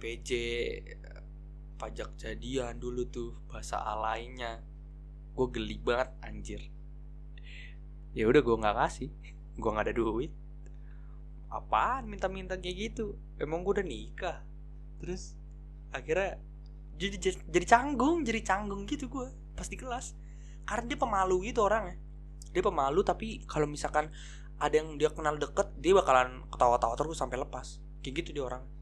pajak jadian dulu tuh, bahasa alainya. Gue geli banget anjir. Ya udah gue nggak kasih, gue nggak ada duit. Apaan minta-minta kayak gitu, emang gue udah nikah. Terus akhirnya jadi canggung gitu gue pas di kelas, karena dia pemalu gitu orangnya. Dia pemalu, tapi kalau misalkan ada yang dia kenal deket, dia bakalan ketawa-tawa terus sampai lepas. Kayak gitu dia orang.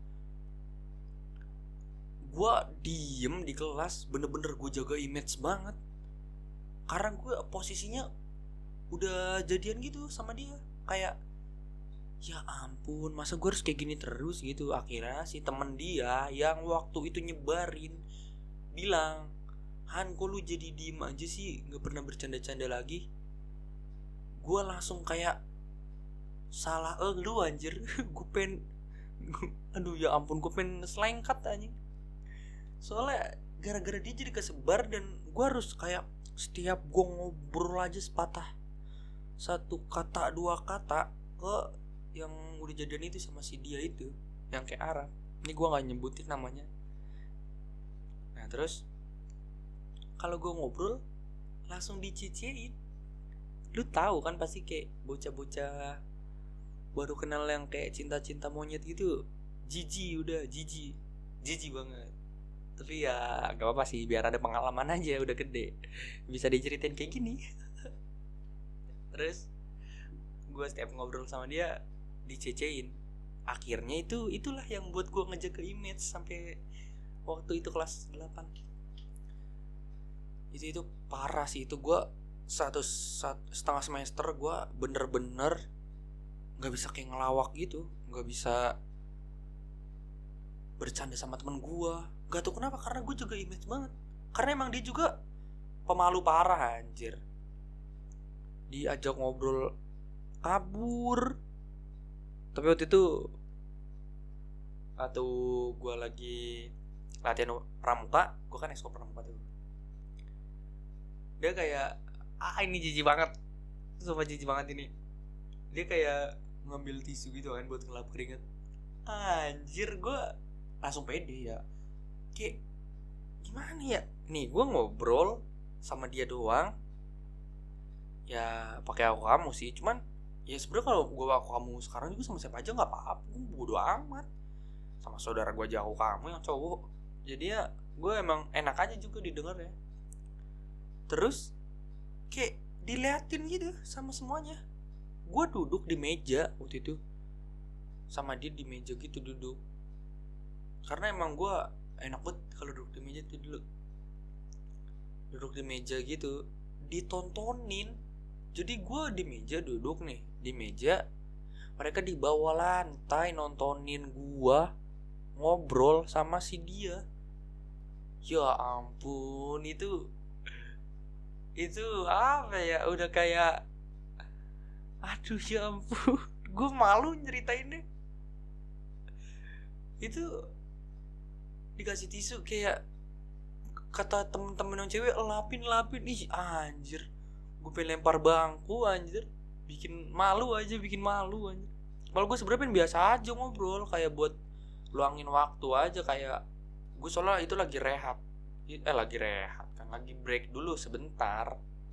Gue diem di kelas, bener-bener gue jaga image banget, karena gue posisinya udah jadian gitu sama dia. Kayak ya ampun, masa gue harus kayak gini terus gitu. Akhirnya si temen dia yang waktu itu nyebarin bilang, Han kok lu jadi diem aja sih, gak pernah bercanda-canda lagi. Gue langsung kayak salah lu anjir. Gue aduh ya ampun, gue pengen selengkat anjing. Soalnya gara-gara dia jadi kesebar, dan gue harus kayak setiap gue ngobrol aja sepatah satu kata dua kata ke yang udah jadian itu sama si dia itu, yang kayak Arab. Ini gue nggak nyebutin namanya. Nah terus kalau gue ngobrol langsung diciciin. Lu tahu kan pasti kayak bocah-bocah baru kenal yang kayak cinta-cinta monyet gitu, jijik banget. Tapi ya gak apa-apa sih, biar ada pengalaman aja, udah gede bisa diceritain kayak gini. Terus gue setiap ngobrol sama dia dicecein. akhirnya itulah yang buat gue ngejaga image sampai waktu itu kelas 8. Itu parah sih. Itu gue setengah semester gue bener-bener nggak bisa kayak ngelawak gitu, nggak bisa bercanda sama temen gue. Gak tau kenapa, karena gue juga image banget. Karena emang dia juga pemalu parah anjir. Diajak ngobrol kabur. Tapi waktu itu atau gue lagi latihan pramuka, gue kan ekskul pramuka tuh. Dia kayak ini jijik banget, sumpah jijik banget ini. Dia kayak ngambil tisu gitu kan buat ngelap keringet. Anjir, gue langsung pede ya. Kayak gimana ya? Nih gue ngobrol sama dia doang. Ya pakai aku kamu sih, cuman ya sebenarnya kalau gue aku kamu sekarang juga sama siapa aja nggak apa-apa, gue bodo amat. Sama saudara gue aja aku kamu yang cowok. Jadi ya gue emang enak aja juga didengar ya. Terus kayak diliatin gitu sama semuanya. Gue duduk di meja waktu itu, sama dia di meja gitu duduk. Karena emang gue enak banget kalau duduk di meja tuh dulu. Duduk di meja gitu, ditontonin. Jadi gue di meja duduk nih, di meja. Mereka di bawah lantai nontonin gue ngobrol sama si dia. Ya ampun, itu apa ya, udah kayak aduh ya ampun. Gue malu nyeritainnya. Itu dikasih tisu kayak kata temen-temen yang cewek, lapin. Ih anjir, gue pengen lempar bangku anjir. Bikin malu anjir. Kalau gue sebenarnya pengen biasa aja ngobrol, kayak buat luangin waktu aja. Kayak gue soalnya itu lagi rehat kan, lagi break dulu sebentar.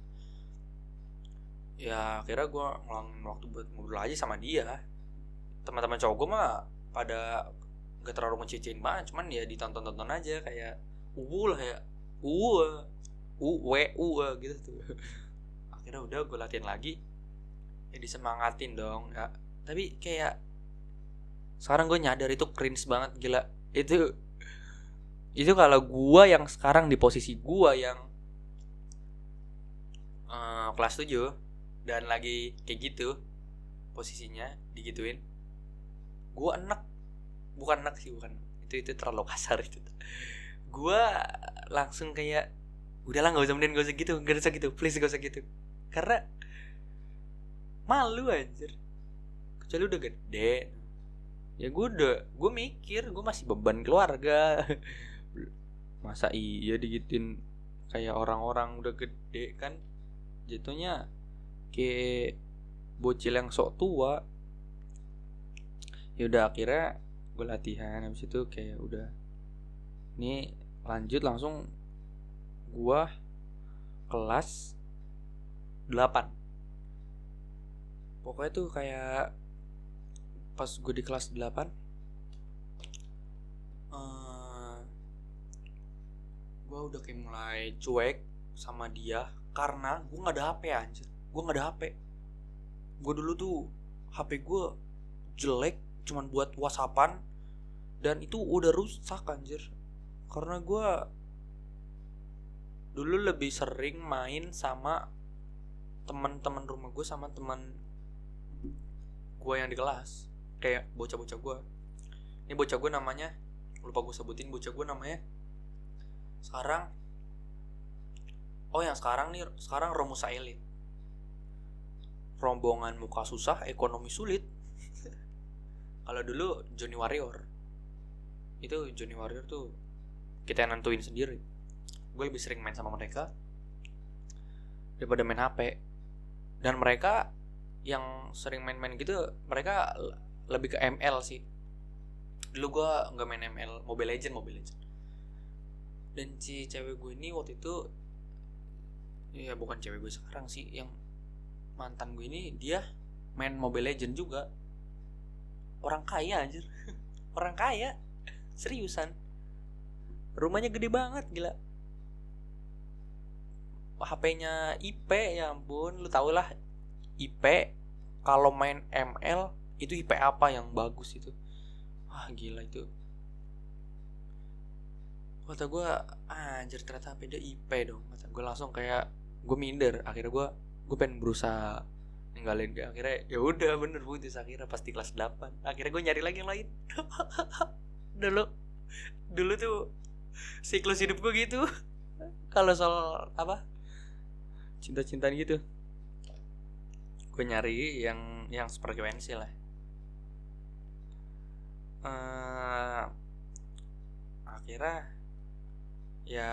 Ya akhirnya gue ngeluangin waktu buat ngobrol aja sama dia. Teman-teman cowok gue mah pada gak terlalu ngececein banget, cuman ya ditonton-tonton aja kayak lah ya, gitu tuh. Akhirnya udah gue latihan lagi, ya disemangatin dong ya. Tapi kayak sekarang gue nyadar itu cringe banget, gila. Itu kalau gue yang sekarang di posisi gue yang kelas 7 dan lagi kayak gitu posisinya, digituin, gue bukan itu terlalu kasar itu. Gue langsung kayak udahlah, gak usah gitu, please gak usah gitu. Karena malu anjir, kecuali udah gede. Ya gue mikir gue masih beban keluarga. Masa iya digituin kayak orang-orang udah gede kan, jatuhnya kayak bocil yang sok tua. Ya udah akhirnya gue latihan, habis itu kayak udah nih lanjut langsung gue kelas 8. Pokoknya tuh kayak pas gue di kelas 8 gue udah kayak mulai cuek sama dia. Karena gue gak ada HP anjir. Gue dulu tuh HP gue jelek, cuman buat WhatsAppan, dan itu udah rusak anjir. Karena gue dulu lebih sering main sama teman-teman rumah gue, sama teman gue yang di kelas, kayak bocah-bocah gue. Ini bocah gue namanya, lupa gue sebutin, bocah gue namanya sekarang, sekarang Romusa Elit. Rombongan muka susah, ekonomi sulit. Kalau dulu Johnny Warrior. Itu Johnny Warrior tuh kita yang nentuin sendiri. Gue lebih sering main sama mereka daripada main HP. Dan mereka yang sering main-main gitu, mereka lebih ke ML sih. Dulu gue gak main ML, Mobile Legend. Dan si cewek gue ini waktu itu, ya bukan cewek gue sekarang sih, yang mantan gue ini, dia main Mobile Legend juga. Orang kaya anjir. Orang kaya, seriusan. Rumahnya gede banget, gila. HP-nya IP, ya ampun. Lu tau lah IP kalau main ML itu IP apa yang bagus itu. Wah gila itu, kata gue anjir ternyata PDIP dong. Kata gue langsung kayak gue minder. Akhirnya gue pengen berusaha ninggalin dia. Akhirnya ya udah bener putus. Akhirnya pas di kelas 8 akhirnya gue nyari lagi yang lain. dulu tuh siklus hidup gue gitu. Kalau soal apa cinta-cintaan gitu, gue nyari yang sefrekuensi lah. Akhirnya ya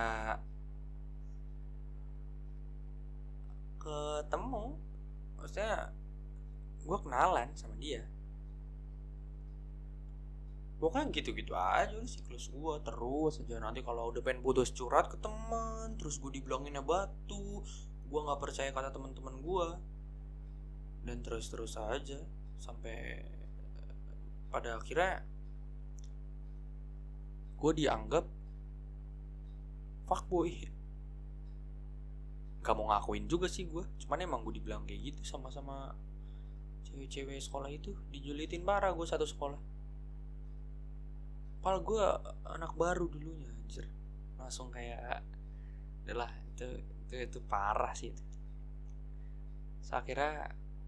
ketemu, maksudnya gue kenalan sama dia. Pokoknya gitu-gitu aja udah siklus gue terus aja. Nanti kalau udah pengen putus curhat ke teman, terus gue dibilanginnya batu, gue nggak percaya kata teman-teman gue, dan terus aja sampai pada akhirnya gue dianggap fuckboy. Gak mau ngakuin juga sih gue, cuman emang gue dibilang kayak gitu sama cewek-cewek sekolah itu. Dijulitin parah gue satu sekolah. Padahal gue anak baru dulunya anjir. Langsung kayak adalah itu parah sih itu. So, akhirnya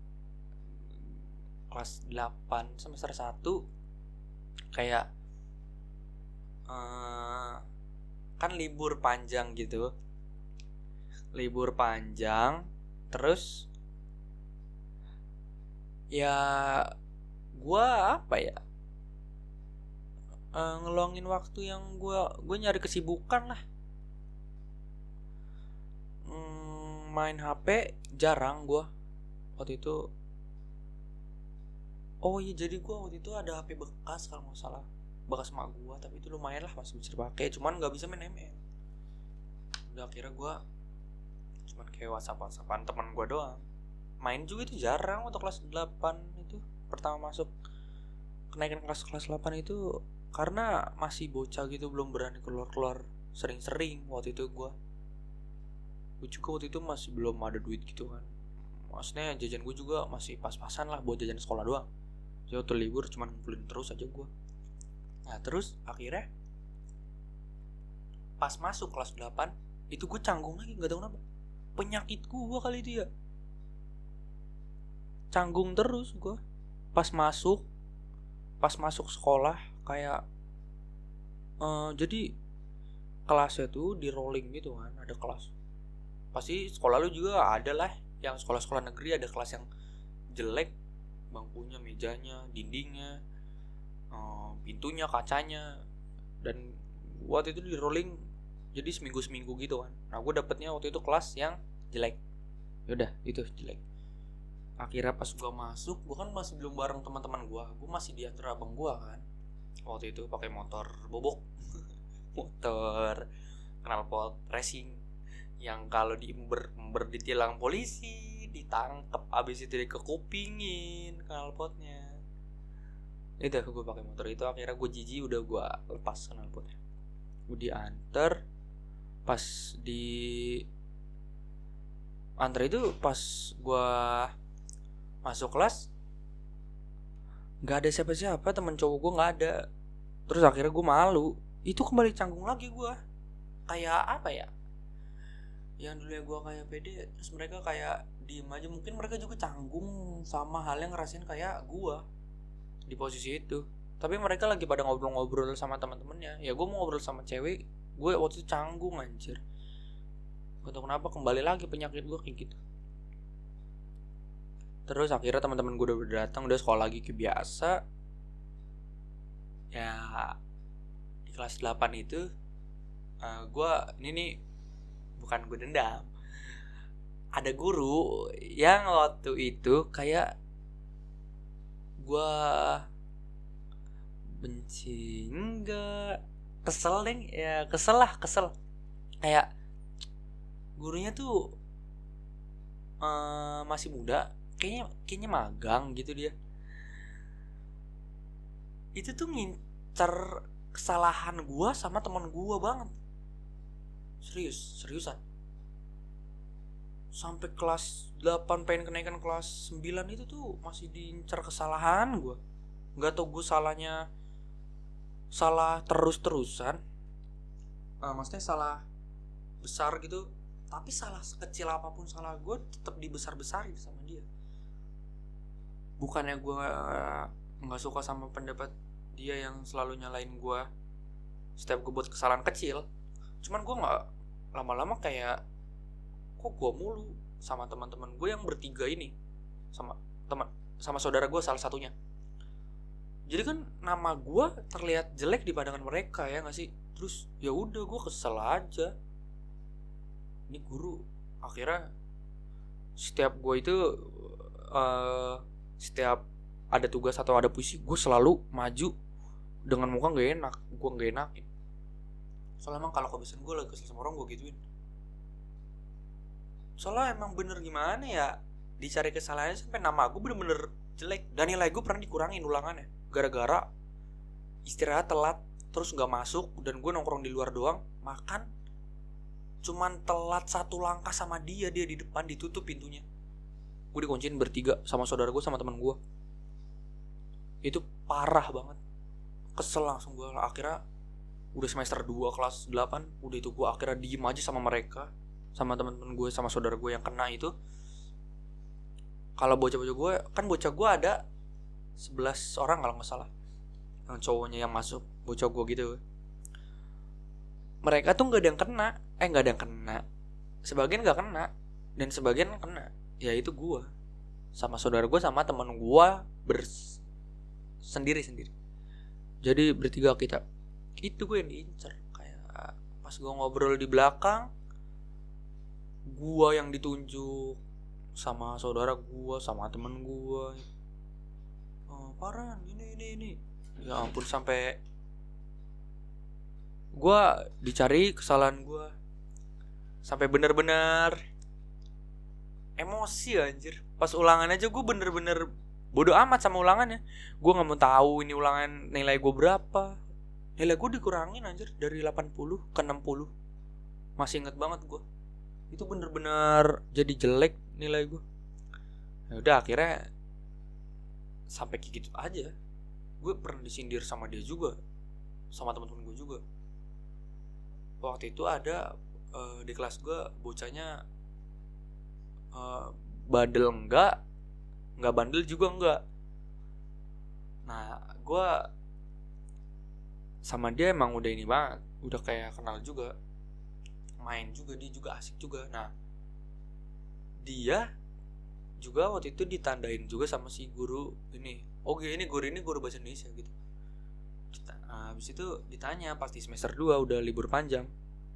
kelas 8 semester 1 kayak kan libur panjang gitu. Libur panjang terus ya gue apa ya, ngeluangin waktu yang gue nyari kesibukan lah. Main HP jarang gue waktu itu. Oh iya, jadi gue waktu itu ada HP bekas kalau nggak salah, bekas mak gue, tapi itu lumayan lah masih bisa dipakai, cuman nggak bisa main ML. Udah akhirnya gue cuman kayak WhatsApp-WhatsAppan teman gue doang. Main juga itu jarang untuk kelas 8 itu. Pertama masuk kenaikan kelas 8 itu karena masih bocah gitu, belum berani keluar sering-sering. Waktu itu gue juga waktu itu masih belum ada duit gitu kan. Maksudnya jajan gue juga masih pas-pasan lah buat jajan sekolah doang. Jadi waktu libur cuman ngumpulin terus aja gue. Nah terus akhirnya pas masuk kelas 8 itu gue canggung lagi, gak tahu kenapa. Penyakit gue kali itu ya, canggung terus gue. Pas masuk sekolah kayak jadi kelasnya tuh di rolling gitu kan. Ada kelas, pasti sekolah lu juga ada lah, yang sekolah-sekolah negeri ada kelas yang jelek, bangkunya, mejanya, dindingnya, pintunya, kacanya. Dan waktu itu di rolling jadi seminggu gitu kan. Nah gue dapetnya waktu itu kelas yang jelek. Yaudah itu jelek. Akhirnya pas gue masuk, gue kan masih belum bareng teman-teman gue masih diantar abang gue kan. Waktu itu pakai motor bobok, motor knalpot racing, yang kalau diember ditilang polisi, ditangkep, abis itu dikekupingin knalpotnya. Itu gue pakai motor itu. Akhirnya gue jijik, udah gue lepas knalpotnya. Gue diantar, pas di antar itu pas gue masuk kelas nggak ada siapa-siapa, temen cowok gue nggak ada. Terus akhirnya gue malu, itu kembali canggung lagi gue. Kayak apa ya, yang dulu ya gue kayak pede, terus mereka kayak diem aja. Mungkin mereka juga canggung sama hal yang ngerasain kayak gue di posisi itu. Tapi mereka lagi pada ngobrol-ngobrol sama teman-temannya. Ya gue mau ngobrol sama cewek, gue waktu itu canggung anjir. Gak tau kenapa kembali lagi penyakit gue kayak gitu. Terus akhirnya teman-teman gue udah datang, udah sekolah lagi kayak biasa. Ya di kelas 8 itu gue ini nih bukan gue dendam. Ada guru yang waktu itu kayak gue benci, enggak, kesel deh ya, kesel. Kayak gurunya tuh masih muda, kayaknya magang gitu dia. Itu tuh ngincer kesalahan gue sama teman gue banget. Seriusan. Sampai kelas 8 pengen kenaikan kelas 9 itu tuh masih diincar kesalahan gue. Gak tau gue salahnya salah terus-terusan, maksudnya salah besar gitu, tapi salah sekecil apapun salah gue tetap dibesar-besarin sama dia. Bukannya gue nggak suka sama pendapat dia yang selalu nyalain gue setiap gue buat kesalahan kecil, cuman gue nggak, lama-lama kayak kok gue mulu sama teman-teman gue yang bertiga ini, sama saudara gue salah satunya. Jadi kan nama gue terlihat jelek di pandangan mereka, ya nggak sih? Terus ya udah gue kesel aja. Ini guru akhirnya setiap gue itu setiap ada tugas atau ada puisi, gue selalu maju dengan muka nggak enak, gue nggak enakin. Soalnya emang kalau kebiasaan gue lagi kesel sama orang gue gituin. Soalnya emang bener gimana ya, dicari kesalahannya sampai nama gue bener-bener jelek. Dan nilai gue pernah dikurangin ulangannya gara-gara istirahat telat, terus nggak masuk, dan gue nongkrong di luar doang, makan cuman telat 1 langkah sama dia di depan, ditutup pintunya. Gue dikunciin bertiga sama saudara gue sama teman gue. Itu parah banget, kesel langsung gue. Akhirnya udah semester 2 kelas 8, udah itu gue akhirnya diem aja sama mereka, sama teman-teman gue, sama saudara gue yang kena itu. Kalau bocah-bocah gue, kan bocah gue ada 11 orang kalau gak salah, yang cowoknya yang masuk, bocah gue gitu. Mereka tuh gak ada yang kena, gak ada yang kena, sebagian gak kena, dan sebagian kena. Ya itu gue sama saudara gue sama teman gue sendiri-sendiri. Jadi bertiga kita. Itu gue yang diincar. Kayak pas gue ngobrol di belakang, gue yang ditunjuk sama saudara gue, sama temen gue. Parah, ini. Ya ampun, sampai gue dicari kesalahan gue, sampai bener-bener emosi anjir. Pas ulangan aja gue bener-bener bodo amat sama ulangannya. Gue gak mau tahu ini ulangan nilai gue berapa. Nilai gue dikurangin anjir dari 80 ke 60. Masih inget banget gue. Itu bener-bener jadi jelek nilai gue. Ya udah akhirnya sampai kayak gitu aja. Gue pernah disindir sama dia juga, sama teman-teman gue juga. Waktu itu ada di kelas gue bocahnya bandel enggak bandel juga enggak. Nah gue sama dia emang udah ini banget, udah kayak kenal juga, main juga, dia juga asik juga. Nah dia juga waktu itu ditandain juga sama si guru ini. Oke, ini guru bahasa Indonesia gitu. Habis itu ditanya pasti semester 2 udah libur panjang,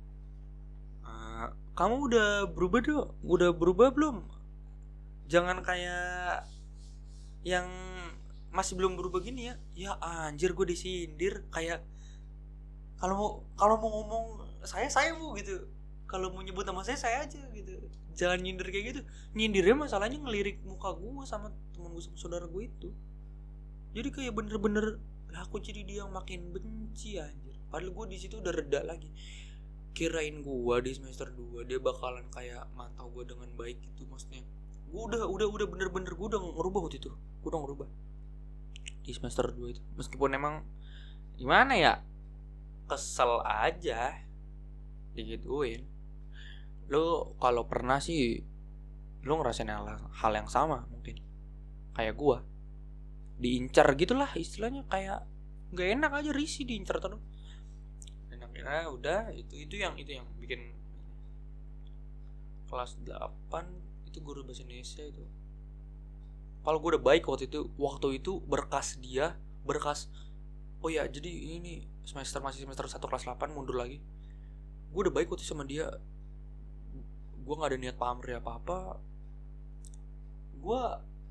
kamu udah berubah belum? Jangan kayak yang masih belum berubah gini ya. Ya anjir, gue disindir kayak kalau mau ngomong saya bu gitu. Kalau mau nyebut nama saya aja gitu. Jangan nyindir kayak gitu. Nyindirnya masalahnya ngelirik muka gue sama temen gue sama saudara gue itu. Jadi kayak bener-bener lah, aku jadi dia yang makin benci anjir. Padahal gue di situ udah reda lagi. Kirain gue di semester 2 dia bakalan kayak mantau gue dengan baik gitu. Maksudnya gue udah bener-bener gue udah ngerubah waktu itu. Gue udah ngerubah di semester 2 itu. Meskipun emang gimana ya, kesel aja digituin. Lo kalau pernah sih lo ngerasain hal yang sama mungkin kayak gua, diincar gitulah istilahnya, kayak nggak enak aja, risih diincar terus. Dan akhirnya udah itu yang bikin kelas 8 itu guru bahasa Indonesia itu. Kalau gue udah baik waktu itu berkas. Oh ya, jadi ini masih semester 1 kelas 8 mundur lagi. Gue udah baik waktu itu sama dia. Gue gak ada niat pamrih apa-apa. Gue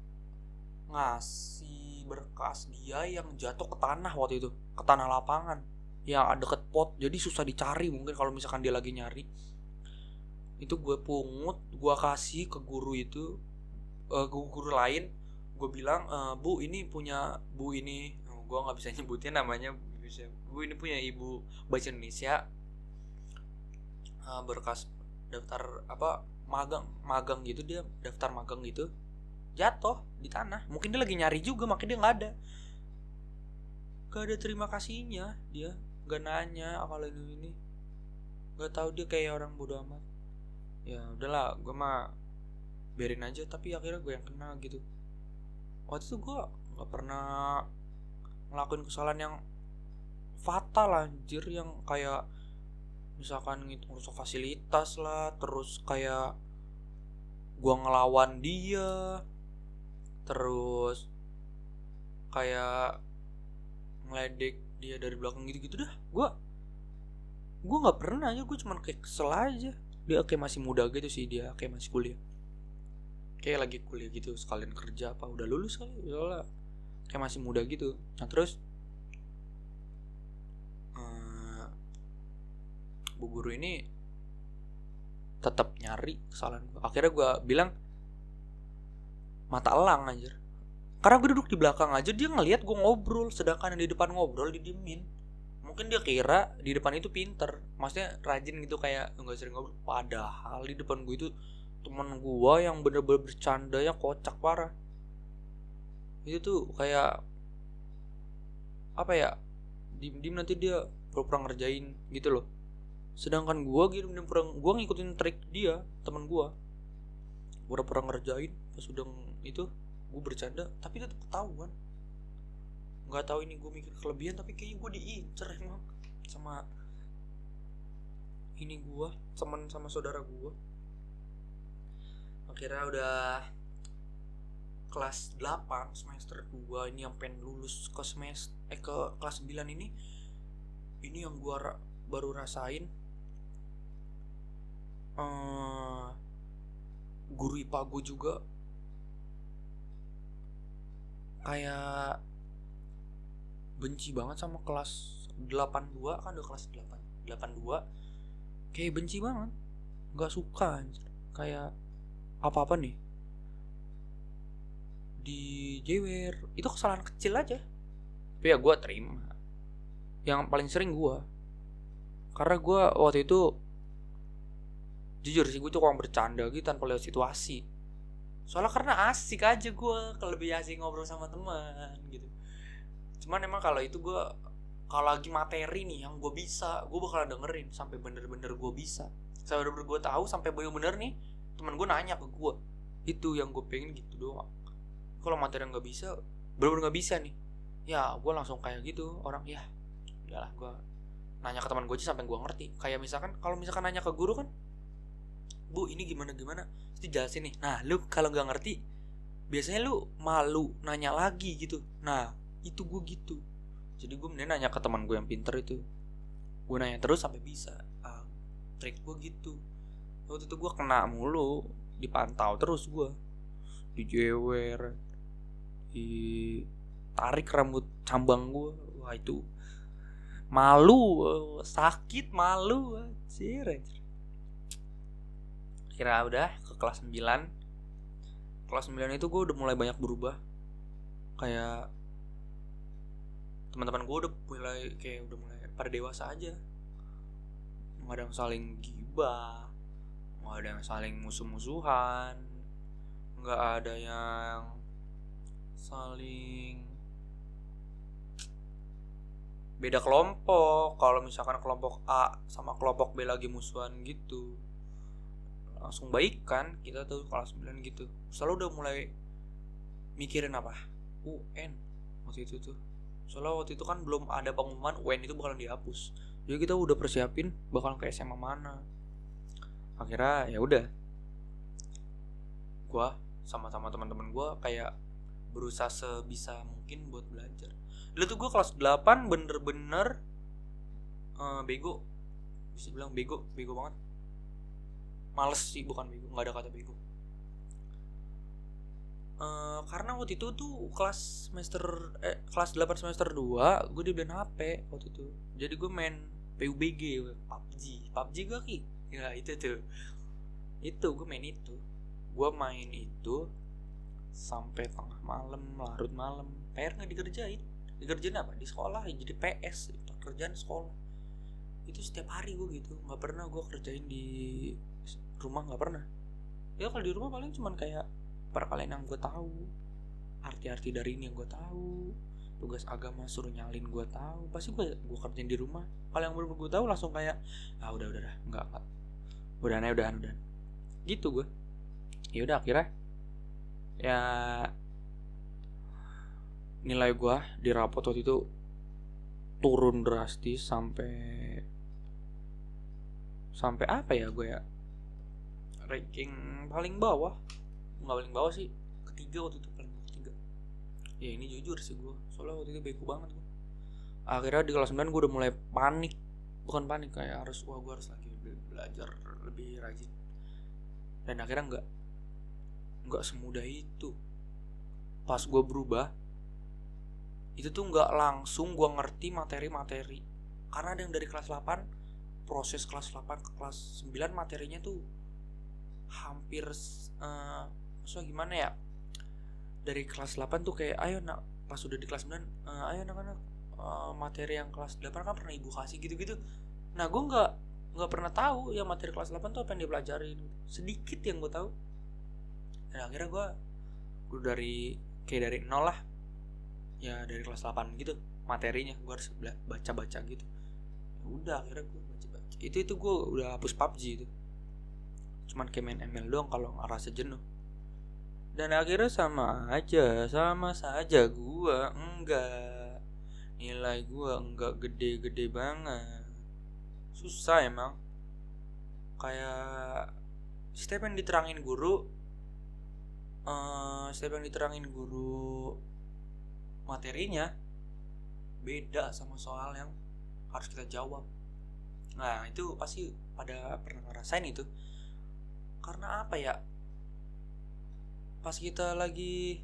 ngasih berkas dia yang jatuh ke tanah waktu itu, ke tanah lapangan yang deket pot, jadi susah dicari mungkin kalau misalkan dia lagi nyari. Itu gue pungut, gue kasih ke guru itu, guru lain. Gue bilang, bu ini punya bu ini, gue gak bisa nyebutin namanya, bu ini punya ibu bahasa Indonesia, berkas daftar apa magang gitu, dia daftar magang gitu jatuh di tanah. Mungkin dia lagi nyari juga, makanya dia nggak ada. gak ada terima kasihnya. Dia gak nanya kalau ini gak tahu, dia kayak orang bodoh amat. Ya udahlah, gue mah biarin aja. Tapi akhirnya gue yang kena gitu. Waktu itu gue gak pernah ngelakuin kesalahan yang fatal anjir, yang kayak misalkan ngerusak fasilitas lah, terus kayak gue ngelawan dia, terus kayak ngeledek dia dari belakang gitu-gitu dah. Gue nggak pernah aja. Gue cuman kayak kesel aja. Dia kayak masih muda gitu sih, dia kayak masih kuliah, kayak lagi kuliah gitu sekalian kerja apa udah lulus kali, soalnya kayak masih muda gitu. Nah terus bu guru ini tetap nyari kesalahan gue. Akhirnya gue bilang mata elang anjir, karena gue duduk di belakang aja dia ngelihat gue ngobrol, sedangkan yang di depan ngobrol didiemin. Mungkin dia kira di depan itu pinter, maksudnya rajin gitu, kayak nggak sering ngobrol. Padahal di depan gue itu teman gue yang bener-bener bercanda yang kocak parah. Itu tuh kayak apa ya, diem nanti dia pura-pura ngerjain gitu loh. Sedangkan gue gitu, gue ngikutin trik dia, teman gue pura-pura ngerjain. Pas udah itu gue bercanda, tapi tetap ketahuan. Nggak tahu ini gue mikir kelebihan, tapi kayaknya gue diincer emang sama ini gue, teman sama saudara gue. Akhirnya udah kelas 8 semester 2 ini yang pengen lulus ke semester ke kelas 9 ini yang gue baru rasain. Guru IPA gue juga kayak benci banget sama kelas 82. Kan udah kelas 82 kayak benci banget, gak suka anjir. Kayak apa-apa nih dijewer, itu kesalahan kecil aja, tapi ya gue terima. Yang paling sering gue, karena gue waktu itu jujur sih, gue tuh kurang bercanda gitu tanpa lihat situasi. Soalnya karena asik aja gue, lebih asik ngobrol sama teman gitu. Cuman emang kalau itu gue, kalau lagi materi nih yang gue bisa, gue bakalan dengerin sampai bener-bener gue bisa, sampai bener-bener gue tahu, sampai bener-bener nih teman gue nanya ke gue. Itu yang gue pengen gitu doang. Kalau materi yang nggak bisa, bener-bener nggak bisa nih, ya gue langsung kayak gitu orang, ya udahlah gue nanya ke teman gue aja sampai gue ngerti. Kayak misalkan kalau misalkan nanya ke guru kan, bu ini gimana terus dijelasin nih. Nah lu kalau nggak ngerti biasanya lu malu nanya lagi gitu. Nah itu gue gitu, jadi gue mending nanya ke teman gue yang pinter itu. Gue nanya terus sampai bisa. Trik gue gitu. Waktu itu gue kena mulu, dipantau terus gue, dijewer, ditarik rambut cambang gue. Wah itu malu, sakit, malu anjir. Kira udah ke kelas 9. Kelas 9 itu gue udah mulai banyak berubah. Kayak teman-teman gue udah mulai pada dewasa aja. Nggak ada yang saling gibah, nggak ada yang saling musuh-musuhan, nggak ada yang saling beda kelompok. Kalau misalkan kelompok A sama kelompok B lagi musuhan gitu, langsung baikan kita tuh kelas 9 gitu. Selalu udah mulai mikirin apa? UN waktu itu tuh. Soalnya waktu itu kan belum ada pengumuman UN itu bakalan dihapus. Jadi kita udah persiapin bakalan ke SMA mana. Akhirnya ya udah, gua sama teman-teman gua kayak berusaha sebisa mungkin buat belajar. Dulu tuh gua kelas 8 bener-bener bego. Bisa bilang bego banget. Males sih, bukan bego, enggak ada kata bego. Karena waktu itu tuh kelas 8 semester 2 gue dibeliin HP waktu itu. Jadi gue main PUBG, PUBG gue ki. Ya itu tuh. Itu gue main itu. Gue main itu sampai tengah malam, larut malam. PR enggak dikerjain. Dikerjain apa? Di sekolah jadi PS, pekerjaan sekolah. Itu setiap hari gue gitu. Enggak pernah gue kerjain di rumah, enggak pernah. Ya kalau di rumah paling cuman kayak perkalian yang gue tahu, arti-arti dari ini yang gue tahu, tugas agama suruh nyalin gue tahu, pasti gue kerjain di rumah. Kalau yang belum gue tahu langsung kayak udah enggak udah gitu gue. Ya udah akhirnya ya nilai gue di rapot waktu itu turun drastis sampai apa ya, gue ya ranking paling bawah, nggak paling bawah sih, ketiga waktu itu, paling ketiga. Ya ini jujur sih gue, soalnya waktu itu bego banget gue. Akhirnya di kelas 9 gue udah mulai panik, bukan panik, kayak gue harus lagi belajar lebih rajin. Dan akhirnya nggak semudah itu. Pas gue berubah itu tuh nggak langsung gue ngerti materi-materi, karena ada yang dari kelas 8, proses kelas 8 ke kelas 9 materinya tuh hampir maksudnya gimana ya, dari kelas 8 tuh kayak ayo nak, pas udah di kelas 9 ayo anak-anak materi yang kelas 8 kan pernah ibu kasih gitu-gitu. Nah gue nggak pernah tahu ya materi kelas 8 tuh apa yang dipelajarin, sedikit yang gue tahu. Dan akhirnya gue dari nol lah ya, dari kelas 8 gitu materinya gue harus baca-baca gitu. Ya udah akhirnya gue baca-baca itu gue udah hapus PUBG itu, cuman kayak main ML doang kalau ngerasa jenuh. Dan akhirnya sama saja gue nilai gue enggak gede-gede banget, susah emang. Kayak setiap yang diterangin guru materinya beda sama soal yang harus kita jawab. Nah itu pasti pada pernah ngerasain itu. Karena apa ya, pas kita lagi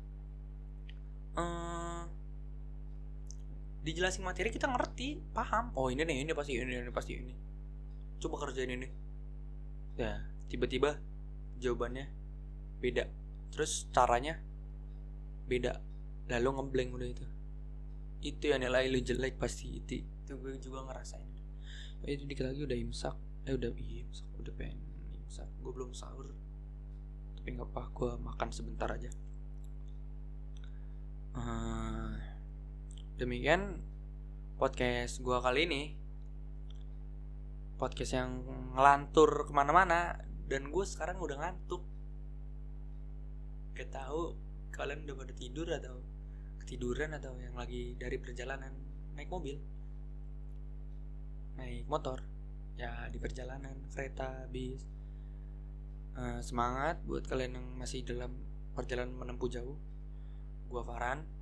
dijelasin materi kita ngerti, paham, oh ini pasti ini, coba kerjain ini. Ya tiba-tiba jawabannya beda, terus caranya beda, lalu ngeblank udah itu yang nilai lu jelek pasti. Itu gue juga ngerasain. Itu dikit lagi udah imsak, udah pengen imsak, gue belum sahur, tapi nggak apa, gue makan sebentar aja. Demikian podcast gue kali ini, podcast yang ngelantur kemana-mana, dan gue sekarang udah ngantuk. Gak tahu kalian udah pada tidur atau ketiduran, atau yang lagi dari perjalanan naik mobil, naik motor ya, di perjalanan kereta, bis. Semangat buat kalian yang masih dalam perjalanan menempuh jauh. Gua Farhan.